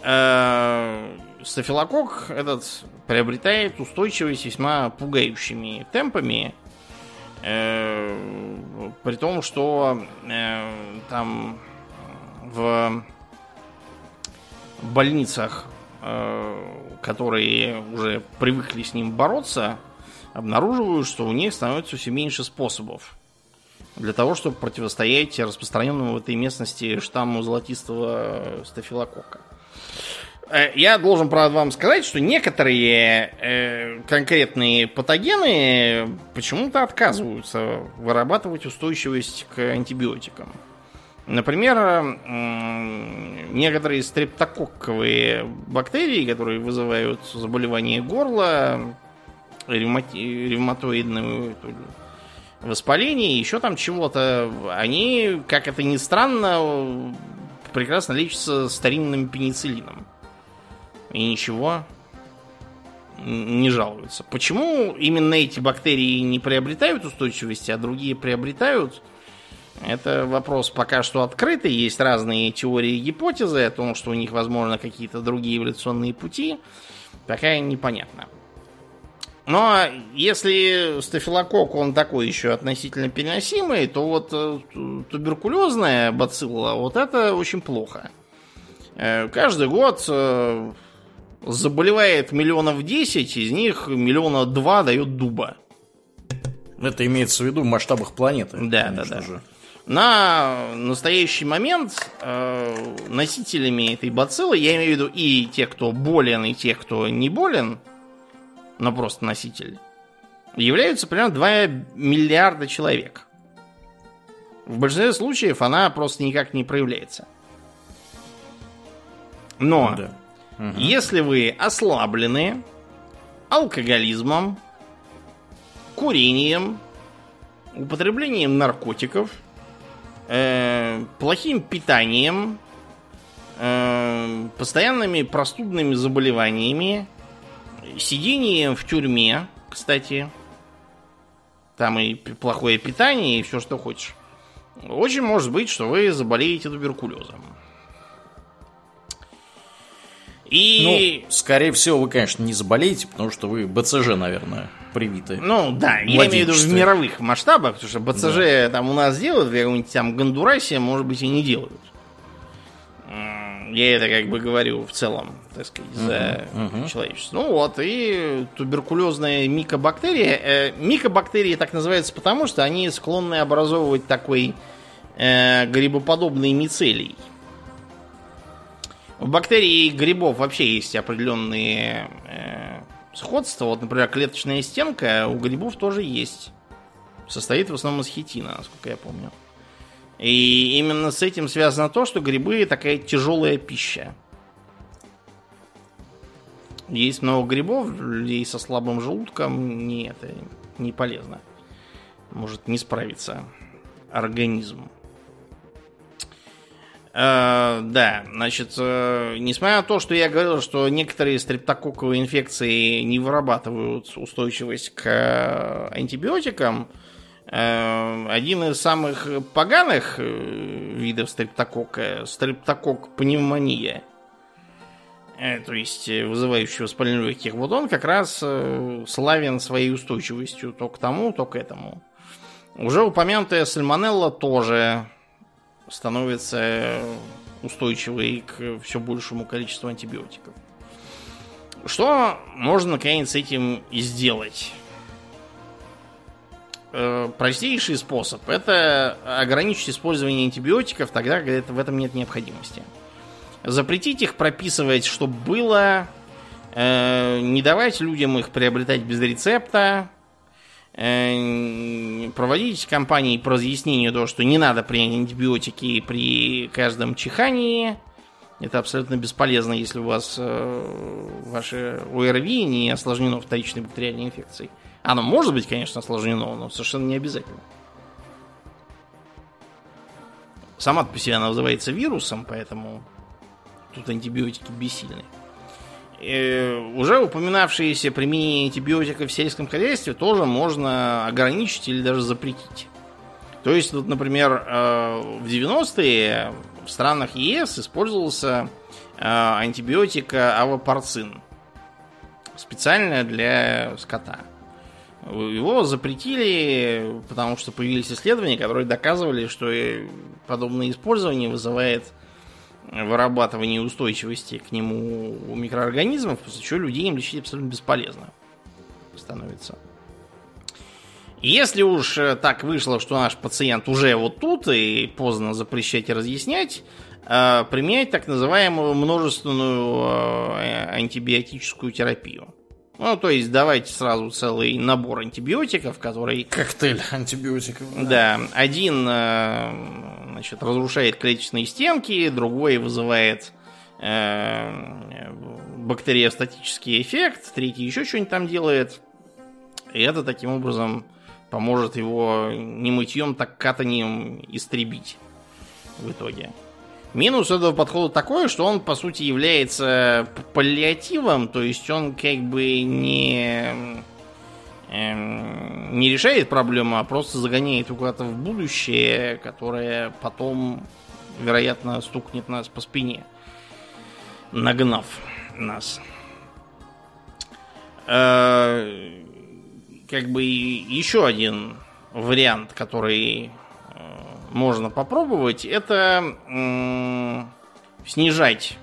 э, стафилококк этот приобретает устойчивость весьма пугающими темпами. Э, при том, что э, там в больницах, э, которые уже привыкли с ним бороться, обнаруживают, что у них становится все меньше способов для того, чтобы противостоять распространенному в этой местности штамму золотистого стафилококка. Я должен, правда, вам сказать, что некоторые э, конкретные патогены почему-то отказываются вырабатывать устойчивость к антибиотикам. Например, э, некоторые стрептококковые бактерии, которые вызывают заболевание горла, ревмати- ревматоидное воспаление, еще там чего-то, они, как это ни странно, прекрасно лечатся старинным пенициллином. И ничего не жалуются. Почему именно эти бактерии не приобретают устойчивости, а другие приобретают? Это вопрос пока что открытый. Есть разные теории и гипотезы о том, что у них, возможно, какие-то другие эволюционные пути. Пока непонятно. Но если стафилококк, он такой еще относительно переносимый, то вот туберкулезная бацилла, вот это очень плохо. Каждый год заболевает миллионов десять, из них миллиона два дает дуба. Это имеется в виду в масштабах планеты. Да, да, да. Же. На настоящий момент э, носителями этой бациллы, я имею в виду и те, кто болен, и те, кто не болен, но просто носитель, являются примерно два миллиарда человек. В большинстве случаев она просто никак не проявляется. Но да. Угу. Если вы ослаблены алкоголизмом, курением, употреблением наркотиков, э, плохим питанием, э, постоянными простудными заболеваниями, сидением в тюрьме, кстати, там и плохое питание, и все, что хочешь, очень может быть, что вы заболеете туберкулезом. И... Ну, скорее всего, вы, конечно, не заболеете, потому что вы БЦЖ, наверное, привиты. Ну, да, я имею в виду в мировых масштабах, потому что БЦЖ да. там у нас делают, в каком-нибудь там Гондурасе, может быть, и не делают. Я это как бы говорю в целом, так сказать, за uh-huh, uh-huh. человечество. Ну вот, и туберкулезная микобактерия. Э, микобактерии так называются потому, что они склонны образовывать такой э, грибоподобный мицелий. У бактерий и грибов вообще есть определенные э, сходства. Вот, например, клеточная стенка у грибов тоже есть. Состоит в основном из хитина, насколько я помню. И именно с этим связано то, что грибы такая тяжелая пища. Есть много грибов, людей со слабым желудком не, это не полезно. Может не справиться организм. Uh, да, значит, uh, несмотря на то, что я говорил, что некоторые стрептококковые инфекции не вырабатывают устойчивость к uh, антибиотикам, uh, один из самых поганых uh, видов стрептококка, стрептококк пневмония, uh, то есть вызывающий воспаление легких, вот он как раз uh, славен своей устойчивостью то к тому, то к этому. Уже упомянутая сальмонелла тоже становится устойчивой к все большему количеству антибиотиков. Что можно, наконец, с этим и сделать? Э, простейший способ – это ограничить использование антибиотиков тогда, когда это, в этом нет необходимости. Запретить их прописывать, чтобы было, э, не давать людям их приобретать без рецепта, проводить кампании по разъяснению того, что не надо принять антибиотики при каждом чихании. Это абсолютно бесполезно, если у вас э, ваше ОРВИ не осложнено вторичной бактериальной инфекцией. Оно может быть, конечно, осложнено, но совершенно не обязательно. Сама по себе она называется вирусом, поэтому тут антибиотики бессильны. Уже упоминавшееся применение антибиотиков в сельском хозяйстве тоже можно ограничить или даже запретить. То есть, вот, например, в девяностые в странах ЕС использовался антибиотика авопарцин. Специально для скота. Его запретили, потому что появились исследования, которые доказывали, что подобное использование вызывает вырабатывание устойчивости к нему у микроорганизмов, после чего людей им лечить абсолютно бесполезно становится. Если уж так вышло, что наш пациент уже вот тут и поздно запрещать и разъяснять, применять так называемую множественную антибиотическую терапию. Ну, то есть давайте сразу целый набор антибиотиков, который... Коктейль антибиотиков. Да, да один, значит, разрушает клеточные стенки, другой вызывает э, бактериостатический эффект, третий еще что-нибудь там делает. И это таким образом поможет его не мытьем, так катанием истребить в итоге. Минус этого подхода такой, что он, по сути, является паллиативом, то есть он как бы не, эм, не решает проблему, а просто загоняет его куда-то в будущее, которое потом, вероятно, стукнет нас по спине, нагнав нас. Э, как бы еще один вариант, который... можно попробовать, это э, снижать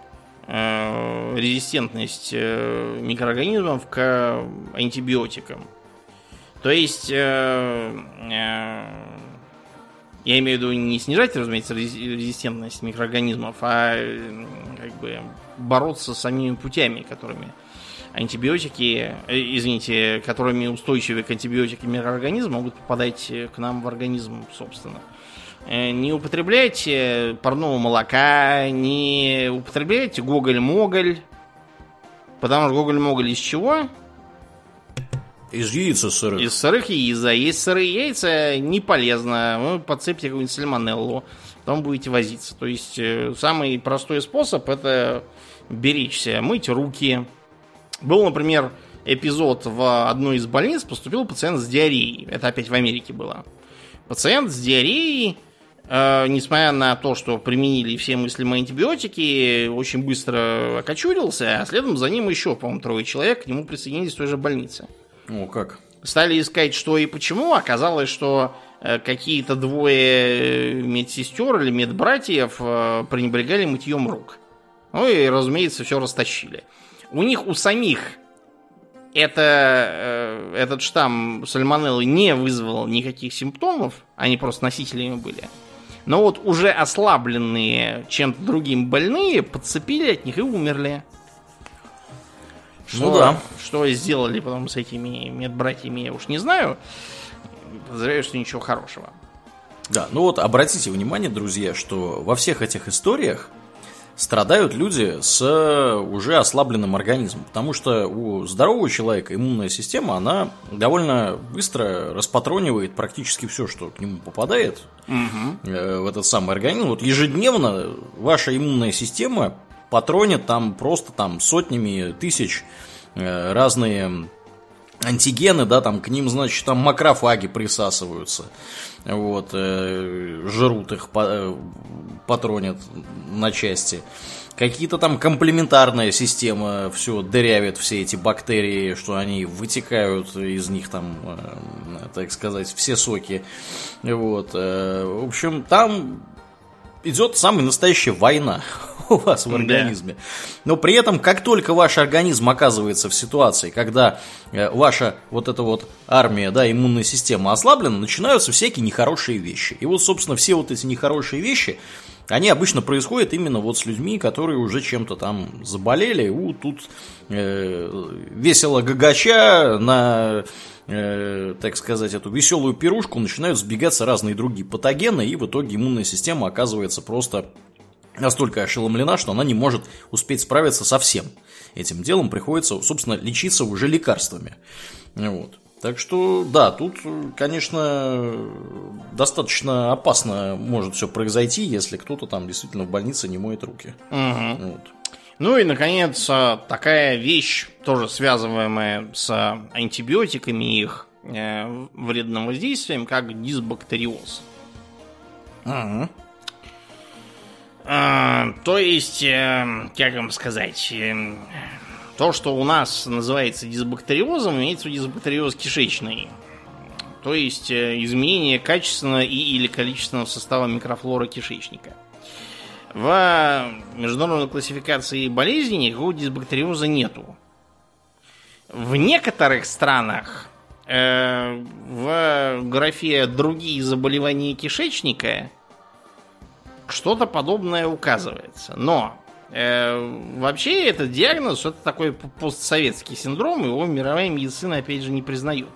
э, резистентность э, микроорганизмов к антибиотикам. То есть, э, э, я имею в виду не снижать, разумеется, резистентность микроорганизмов, а э, как бы бороться с самими путями, которыми антибиотики, э, извините, которыми устойчивые к антибиотикам микроорганизмы могут попадать к нам в организм, собственно. Не употребляйте парного молока, не употребляйте гоголь-моголь. Потому что гоголь-моголь из чего? Из яиц сырых. Из сырых яиц. А есть сырые яйца не полезно. Вы подцепите какую-нибудь сальмонеллу, потом будете возиться. То есть самый простой способ — это беречься, мыть руки. Был, например, эпизод в одной из больниц, поступил пациент с диареей. Это опять в Америке было. Пациент с диареей, э, несмотря на то, что применили все мыслимые антибиотики, очень быстро окочурился, а следом за ним еще, по-моему, трое человек к нему присоединились в той же больнице. О, как? Стали искать, что и почему. Оказалось, что э, какие-то двое медсестер или медбратьев э, пренебрегали мытьем рук. Ну и, разумеется, все растащили. У них у самих это, э, этот штамм сальмонеллы не вызвал никаких симптомов, они просто носителями были. Но вот уже ослабленные чем-то другим больные подцепили от них и умерли. Что, ну да. Что сделали потом с этими медбратьями, я уж не знаю. Подозреваю, что ничего хорошего. Да, ну вот обратите внимание, друзья, что во всех этих историях страдают люди с уже ослабленным организмом, потому что у здорового человека иммунная система, она довольно быстро распатронивает практически все, что к нему попадает угу. в этот самый организм. Вот ежедневно ваша иммунная система патронит там просто там сотнями тысяч разные антигены, да, там к ним, значит, там макрофаги присасываются, вот, э, жрут их, по, патронят на части. Какие-то там комплементарная система все дырявит, все эти бактерии, что они вытекают из них там, э, так сказать, все соки. Вот, э, в общем, там идет самая настоящая война у вас в организме. Да. Но при этом, как только ваш организм оказывается в ситуации, когда э, ваша вот эта вот армия, да, иммунная система ослаблена, начинаются всякие нехорошие вещи. И вот, собственно, все вот эти нехорошие вещи, они обычно происходят именно вот с людьми, которые уже чем-то там заболели. У, тут э, весело гагача на... так сказать, эту веселую пирушку начинают сбегаться разные другие патогены, и в итоге иммунная система оказывается просто настолько ошеломлена, что она не может успеть справиться со всем этим делом, приходится, собственно, лечиться уже лекарствами. Вот. Так что, да, тут, конечно, достаточно опасно может все произойти, если кто-то там действительно в больнице не моет руки. Угу. Вот. Ну и, наконец, такая вещь, тоже связываемая с антибиотиками и их э, вредным воздействием, как дисбактериоз. Угу. А, то есть, э, как вам сказать, э, то, что у нас называется дисбактериозом, имеется в виду дисбактериоз кишечный. То есть, э, изменение качественного и или количественного состава микрофлоры кишечника. В международной классификации болезней никакого дисбактериоза нету. В некоторых странах э, в графе «Другие заболевания кишечника» что-то подобное указывается. Но э, вообще этот диагноз это такой постсоветский синдром, его мировая медицина опять же не признает.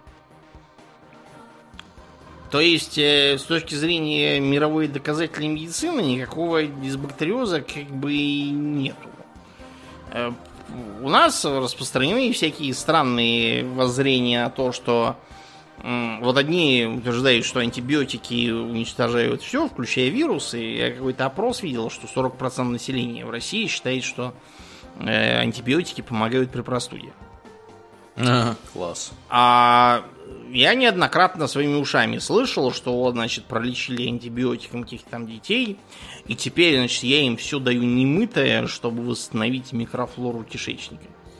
То есть, э, с точки зрения мировой доказательной медицины, никакого дисбактериоза как бы и нету. Э, у нас распространены всякие странные воззрения на то, что вот одни утверждают, что антибиотики уничтожают все, включая вирусы. Я какой-то опрос видел, что сорок процентов населения в России считает, что э, антибиотики помогают при простуде. Ага, класс. А я неоднократно своими ушами слышал, что вот, значит, пролечили антибиотиком каких-то там детей, и теперь, значит, я им все даю немытое, чтобы восстановить микрофлору кишечника.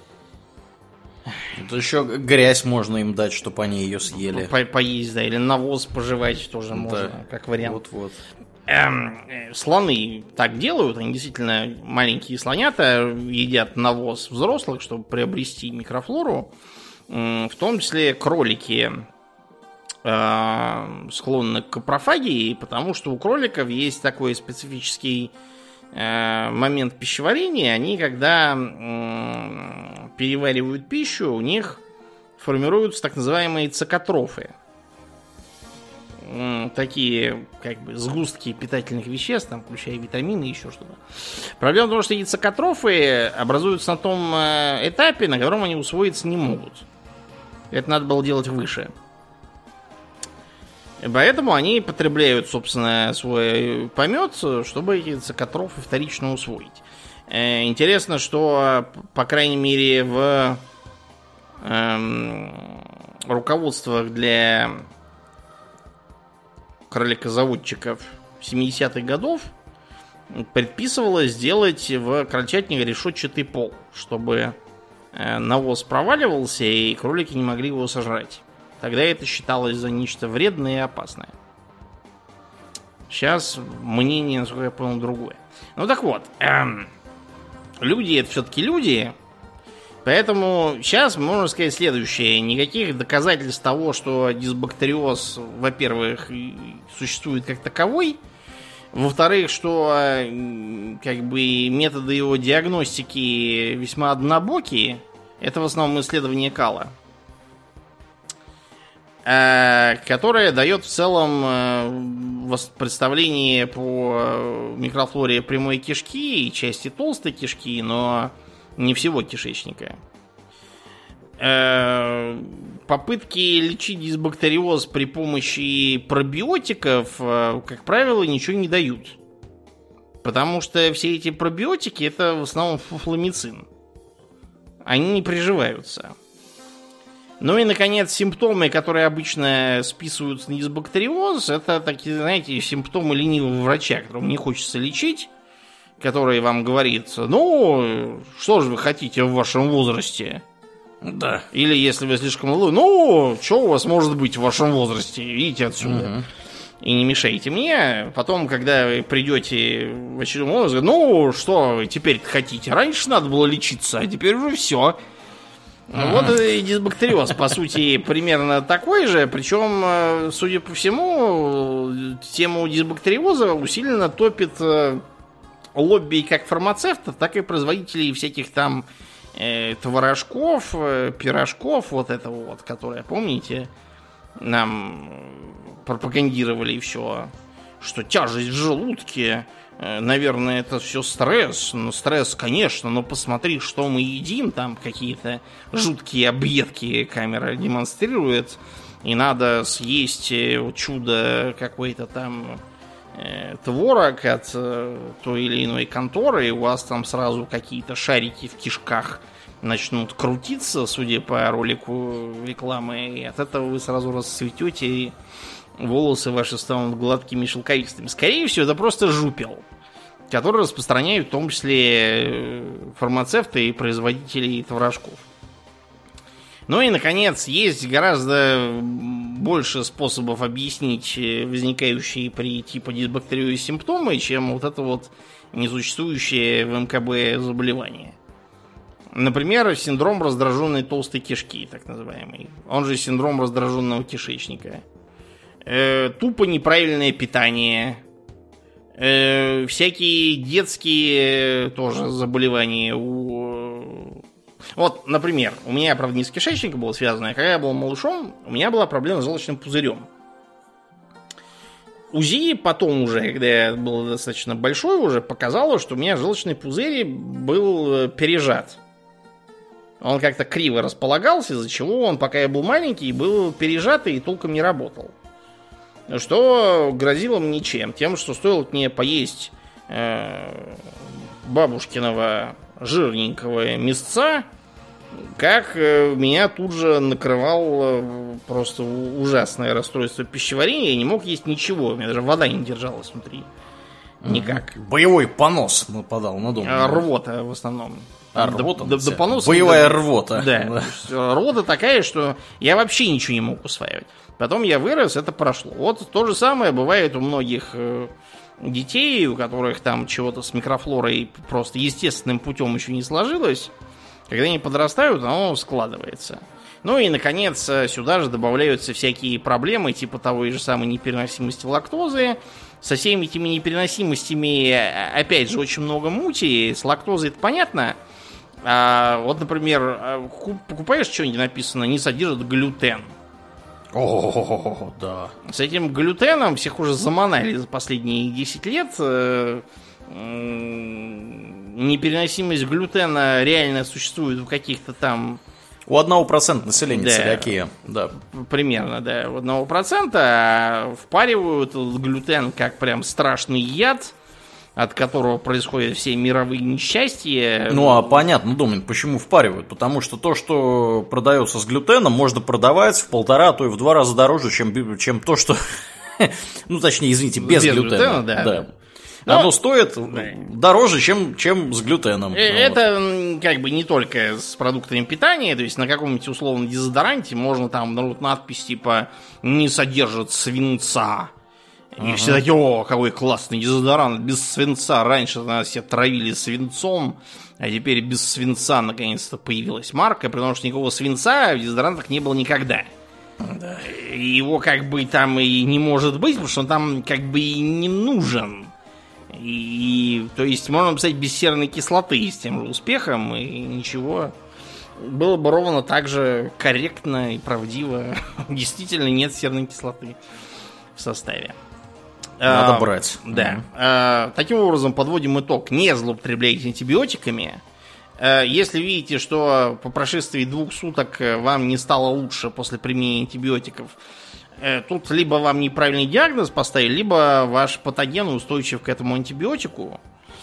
Это еще грязь можно им дать, чтобы они ее съели. По поесть, да, или навоз пожевать тоже да. можно, как вариант. Вот-вот. Эм, слоны так делают, они действительно маленькие слонята едят навоз взрослых, чтобы приобрести микрофлору. В том числе кролики э, склонны к капрофагии, потому что у кроликов есть такой специфический э, момент пищеварения. Они, когда э, переваривают пищу, у них формируются так называемые цикотрофы. Э, такие как бы сгустки питательных веществ, там, включая витамины и еще что-то. Проблема в том, что эти цикотрофы образуются на том э, этапе, на котором они усвоиться не могут. Это надо было делать выше. Поэтому они потребляют, собственно, свой помет, чтобы эти цикотрофы вторично усвоить. Интересно, что, по крайней мере, в эм, руководствах для кроликозаводчиков семидесятых годов предписывалось сделать в крольчатнике решетчатый пол, чтобы навоз проваливался, и кролики не могли его сожрать. Тогда это считалось за нечто вредное и опасное. Сейчас мнение, насколько я понял, другое. Ну так вот, эм, люди это все-таки люди, поэтому сейчас можно сказать следующее. Никаких доказательств того, что дисбактериоз, во-первых, существует как таковой, во-вторых, что как бы методы его диагностики весьма однобокие. Это в основном исследование кала, которое дает в целом представление по микрофлоре прямой кишки и части толстой кишки, но не всего кишечника. Попытки лечить дисбактериоз при помощи пробиотиков, как правило, ничего не дают. Потому что все эти пробиотики это в основном фуфломицин. Они не приживаются. Ну и, наконец, симптомы, которые обычно списываются на дисбактериоз, это такие, знаете, симптомы ленивого врача, которому не хочется лечить, который вам говорит: ну, что же вы хотите в вашем возрасте? Да. Или если вы слишком молодой, ну, что у вас может быть в вашем возрасте? Идите отсюда. Угу. И не мешайте мне. Потом, когда вы придете в очередной возраст, ну, что вы теперь хотите? Раньше надо было лечиться, а теперь уже все. Угу. Вот и дисбактериоз, по сути, примерно такой же. Причем, судя по всему, тему дисбактериоза усиленно топит лобби как фармацевтов, так и производителей всяких там творожков, пирожков, вот этого вот, которые, помните, нам пропагандировали и все, что тяжесть в желудке, наверное, это все стресс. Ну, стресс, конечно, но посмотри, что мы едим, там какие-то жуткие объедки камера демонстрирует, и надо съесть чудо какой-то там творог от той или иной конторы, и у вас там сразу какие-то шарики в кишках начнут крутиться, судя по ролику рекламы, и от этого вы сразу расцветете, и волосы ваши станут гладкими, шелковистыми. Скорее всего, это просто жупел. которые распространяют в том числе фармацевты и производители творожков. Ну и, наконец, есть гораздо больше способов объяснить возникающие при типа дисбактериозе симптомы, чем вот это вот несуществующее в эм ка бэ заболевание. Например, синдром раздраженной толстой кишки, так называемый. Он же синдром раздраженного кишечника. Э, тупо неправильное питание. Э, всякие детские тоже заболевания у... Вот, например, у меня, правда, не с кишечником было связано, а когда я был малышом, у меня была проблема с желчным пузырем. УЗИ потом уже, когда я был достаточно большой, уже показало, что у меня желчный пузырь был пережат. Он как-то криво располагался, из-за чего он, пока я был маленький, был пережатый и толком не работал. Что грозило мне чем? Тем, что стоило мне поесть э, бабушкиного жирненького мясца, как э, меня тут же накрывал э, просто ужасное расстройство пищеварения. Я не мог есть ничего, у меня даже вода не держалась внутри. Никак. Боевой понос нападал на дом. А, рвота в основном. А, рвота? До, до, до поноса, боевая до, рвота. Да. да. Рвота такая, что я вообще ничего не мог усваивать. Потом я вырос, это прошло. Вот то же самое бывает у многих э, детей, у которых там чего-то с микрофлорой просто естественным путем еще не сложилось. Когда они подрастают, оно складывается. Ну и, наконец, сюда же добавляются всякие проблемы, типа того же самой непереносимости лактозы. Со всеми этими непереносимостями, опять же, очень много мути. С лактозой это понятно. А, вот, например, покупаешь что-нибудь, написано, не содержит глютен. О, да. С этим глютеном всех уже заманали за последние десять лет. Непереносимость глютена реально существует в каких-то там... У одного процента населения да, целиакия. Да. Примерно, да, у одного процента. А впаривают этот глютен как прям страшный яд, от которого происходят все мировые несчастья. Ну, а понятно, Домнин, почему впаривают? Потому что то, что продается с глютеном, можно продавать в полтора, а то и в два раза дороже, чем, чем то, что... Ну, точнее, извините, без, без глютена. глютена да. да. Но, оно стоит да. дороже, чем, чем с глютеном. Это вот. Как бы не только с продуктами питания, то есть на каком-нибудь условном дезодоранте можно там народ надпись типа «не содержит свинца». И ага. все такие: о, какой классный дезодорант, без свинца. Раньше нас все травили свинцом, а теперь без свинца наконец-то появилась марка, потому что никакого свинца в дезодорантах не было никогда. Да. Его как бы там и не может быть, потому что он там как бы и не нужен. И, то есть можно написать без серной кислоты с тем же успехом, и ничего. Было бы ровно так же корректно и правдиво. Действительно нет серной кислоты в составе. Надо а, брать. Да. Mm-hmm. А, таким образом, подводим итог. Не злоупотребляйте антибиотиками. А, если видите, что по прошествии двух суток вам не стало лучше после применения антибиотиков, тут либо вам неправильный диагноз поставили, либо ваш патоген устойчив к этому антибиотику.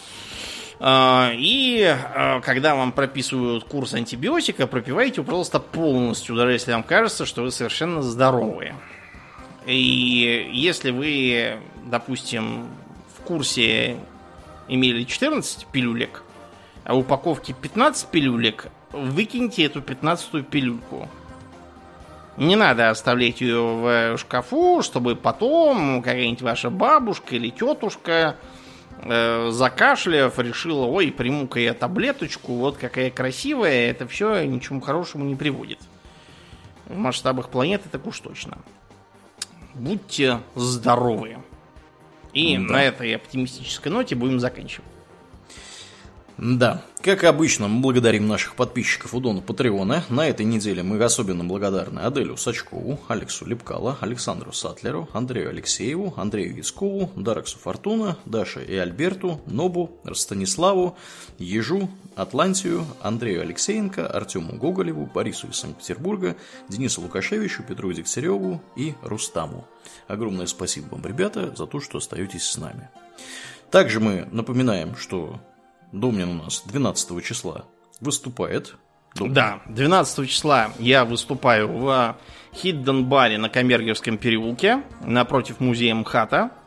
И когда вам прописывают курс антибиотика, пропивайте его, пожалуйста, полностью, даже если вам кажется, что вы совершенно здоровы. И если вы, допустим, в курсе имели четырнадцать пилюлек, а в упаковке пятнадцать пилюлек, выкиньте эту пятнадцатую пилюльку. Не надо оставлять ее в шкафу, чтобы потом какая-нибудь ваша бабушка или тетушка, э, закашляв, решила: ой, приму-ка я таблеточку, вот какая красивая. Это все ни к чему хорошему не приводит. В масштабах планеты так уж точно. Будьте здоровы. И да. на этой оптимистической ноте будем заканчивать. Да, как обычно, мы благодарим наших подписчиков у Дона Патреона. На этой неделе мы особенно благодарны Аделю Сачкову, Алексу Лепкало, Александру Сатлеру, Андрею Алексееву, Андрею Яскову, Дараксу Фортуна, Даше и Альберту, Нобу, Станиславу, Ежу, Атлантию, Андрею Алексеенко, Артему Гоголеву, Борису из Санкт-Петербурга, Денису Лукашевичу, Петру Дегтяреву и Рустаму. Огромное спасибо вам, ребята, за то, что остаетесь с нами. Также мы напоминаем, что Домнин у нас двенадцатого числа выступает. Домнин. Да, двенадцатого числа я выступаю в Хидден баре на Камергерском переулке напротив музея МХАТа.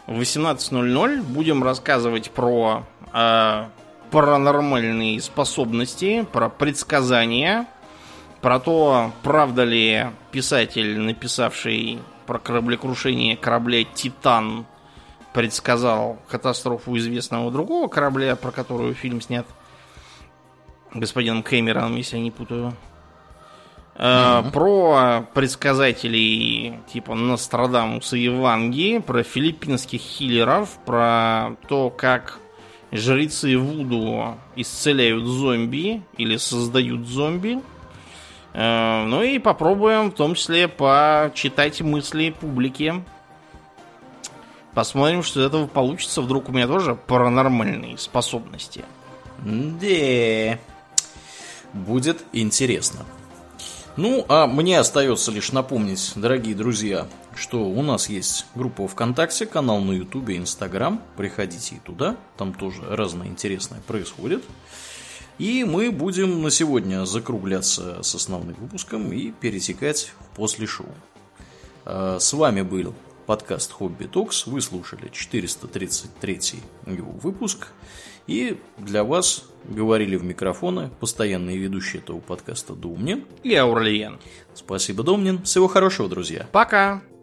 в восемнадцать ноль ноль будем рассказывать про э, паранормальные способности, про предсказания, про то, правда ли писатель, написавший про кораблекрушение корабля «Титан», предсказал катастрофу известного другого корабля, про которую фильм снят господином Кэмероном, если я не путаю. Mm-hmm. Про предсказателей типа Нострадамуса и Ванги, про филиппинских хиллеров, про то, как жрецы Вуду исцеляют зомби или создают зомби. Ну и попробуем в том числе почитать мысли публики. Посмотрим, что из этого получится. Вдруг у меня тоже паранормальные способности. Да, будет интересно. Ну, а мне остается лишь напомнить, дорогие друзья, что у нас есть группа ВКонтакте, канал на Ютубе, Инстаграм. Приходите и туда, там тоже разное интересное происходит. И мы будем на сегодня закругляться с основным выпуском и перетекать в после шоу. С вами был подкаст Хобби Токс. Вы слушали четыреста тридцать третий его выпуск. И для вас говорили в микрофоны постоянные ведущие этого подкаста Домнин и Аурлиен. Спасибо, Домнин. Всего хорошего, друзья. Пока.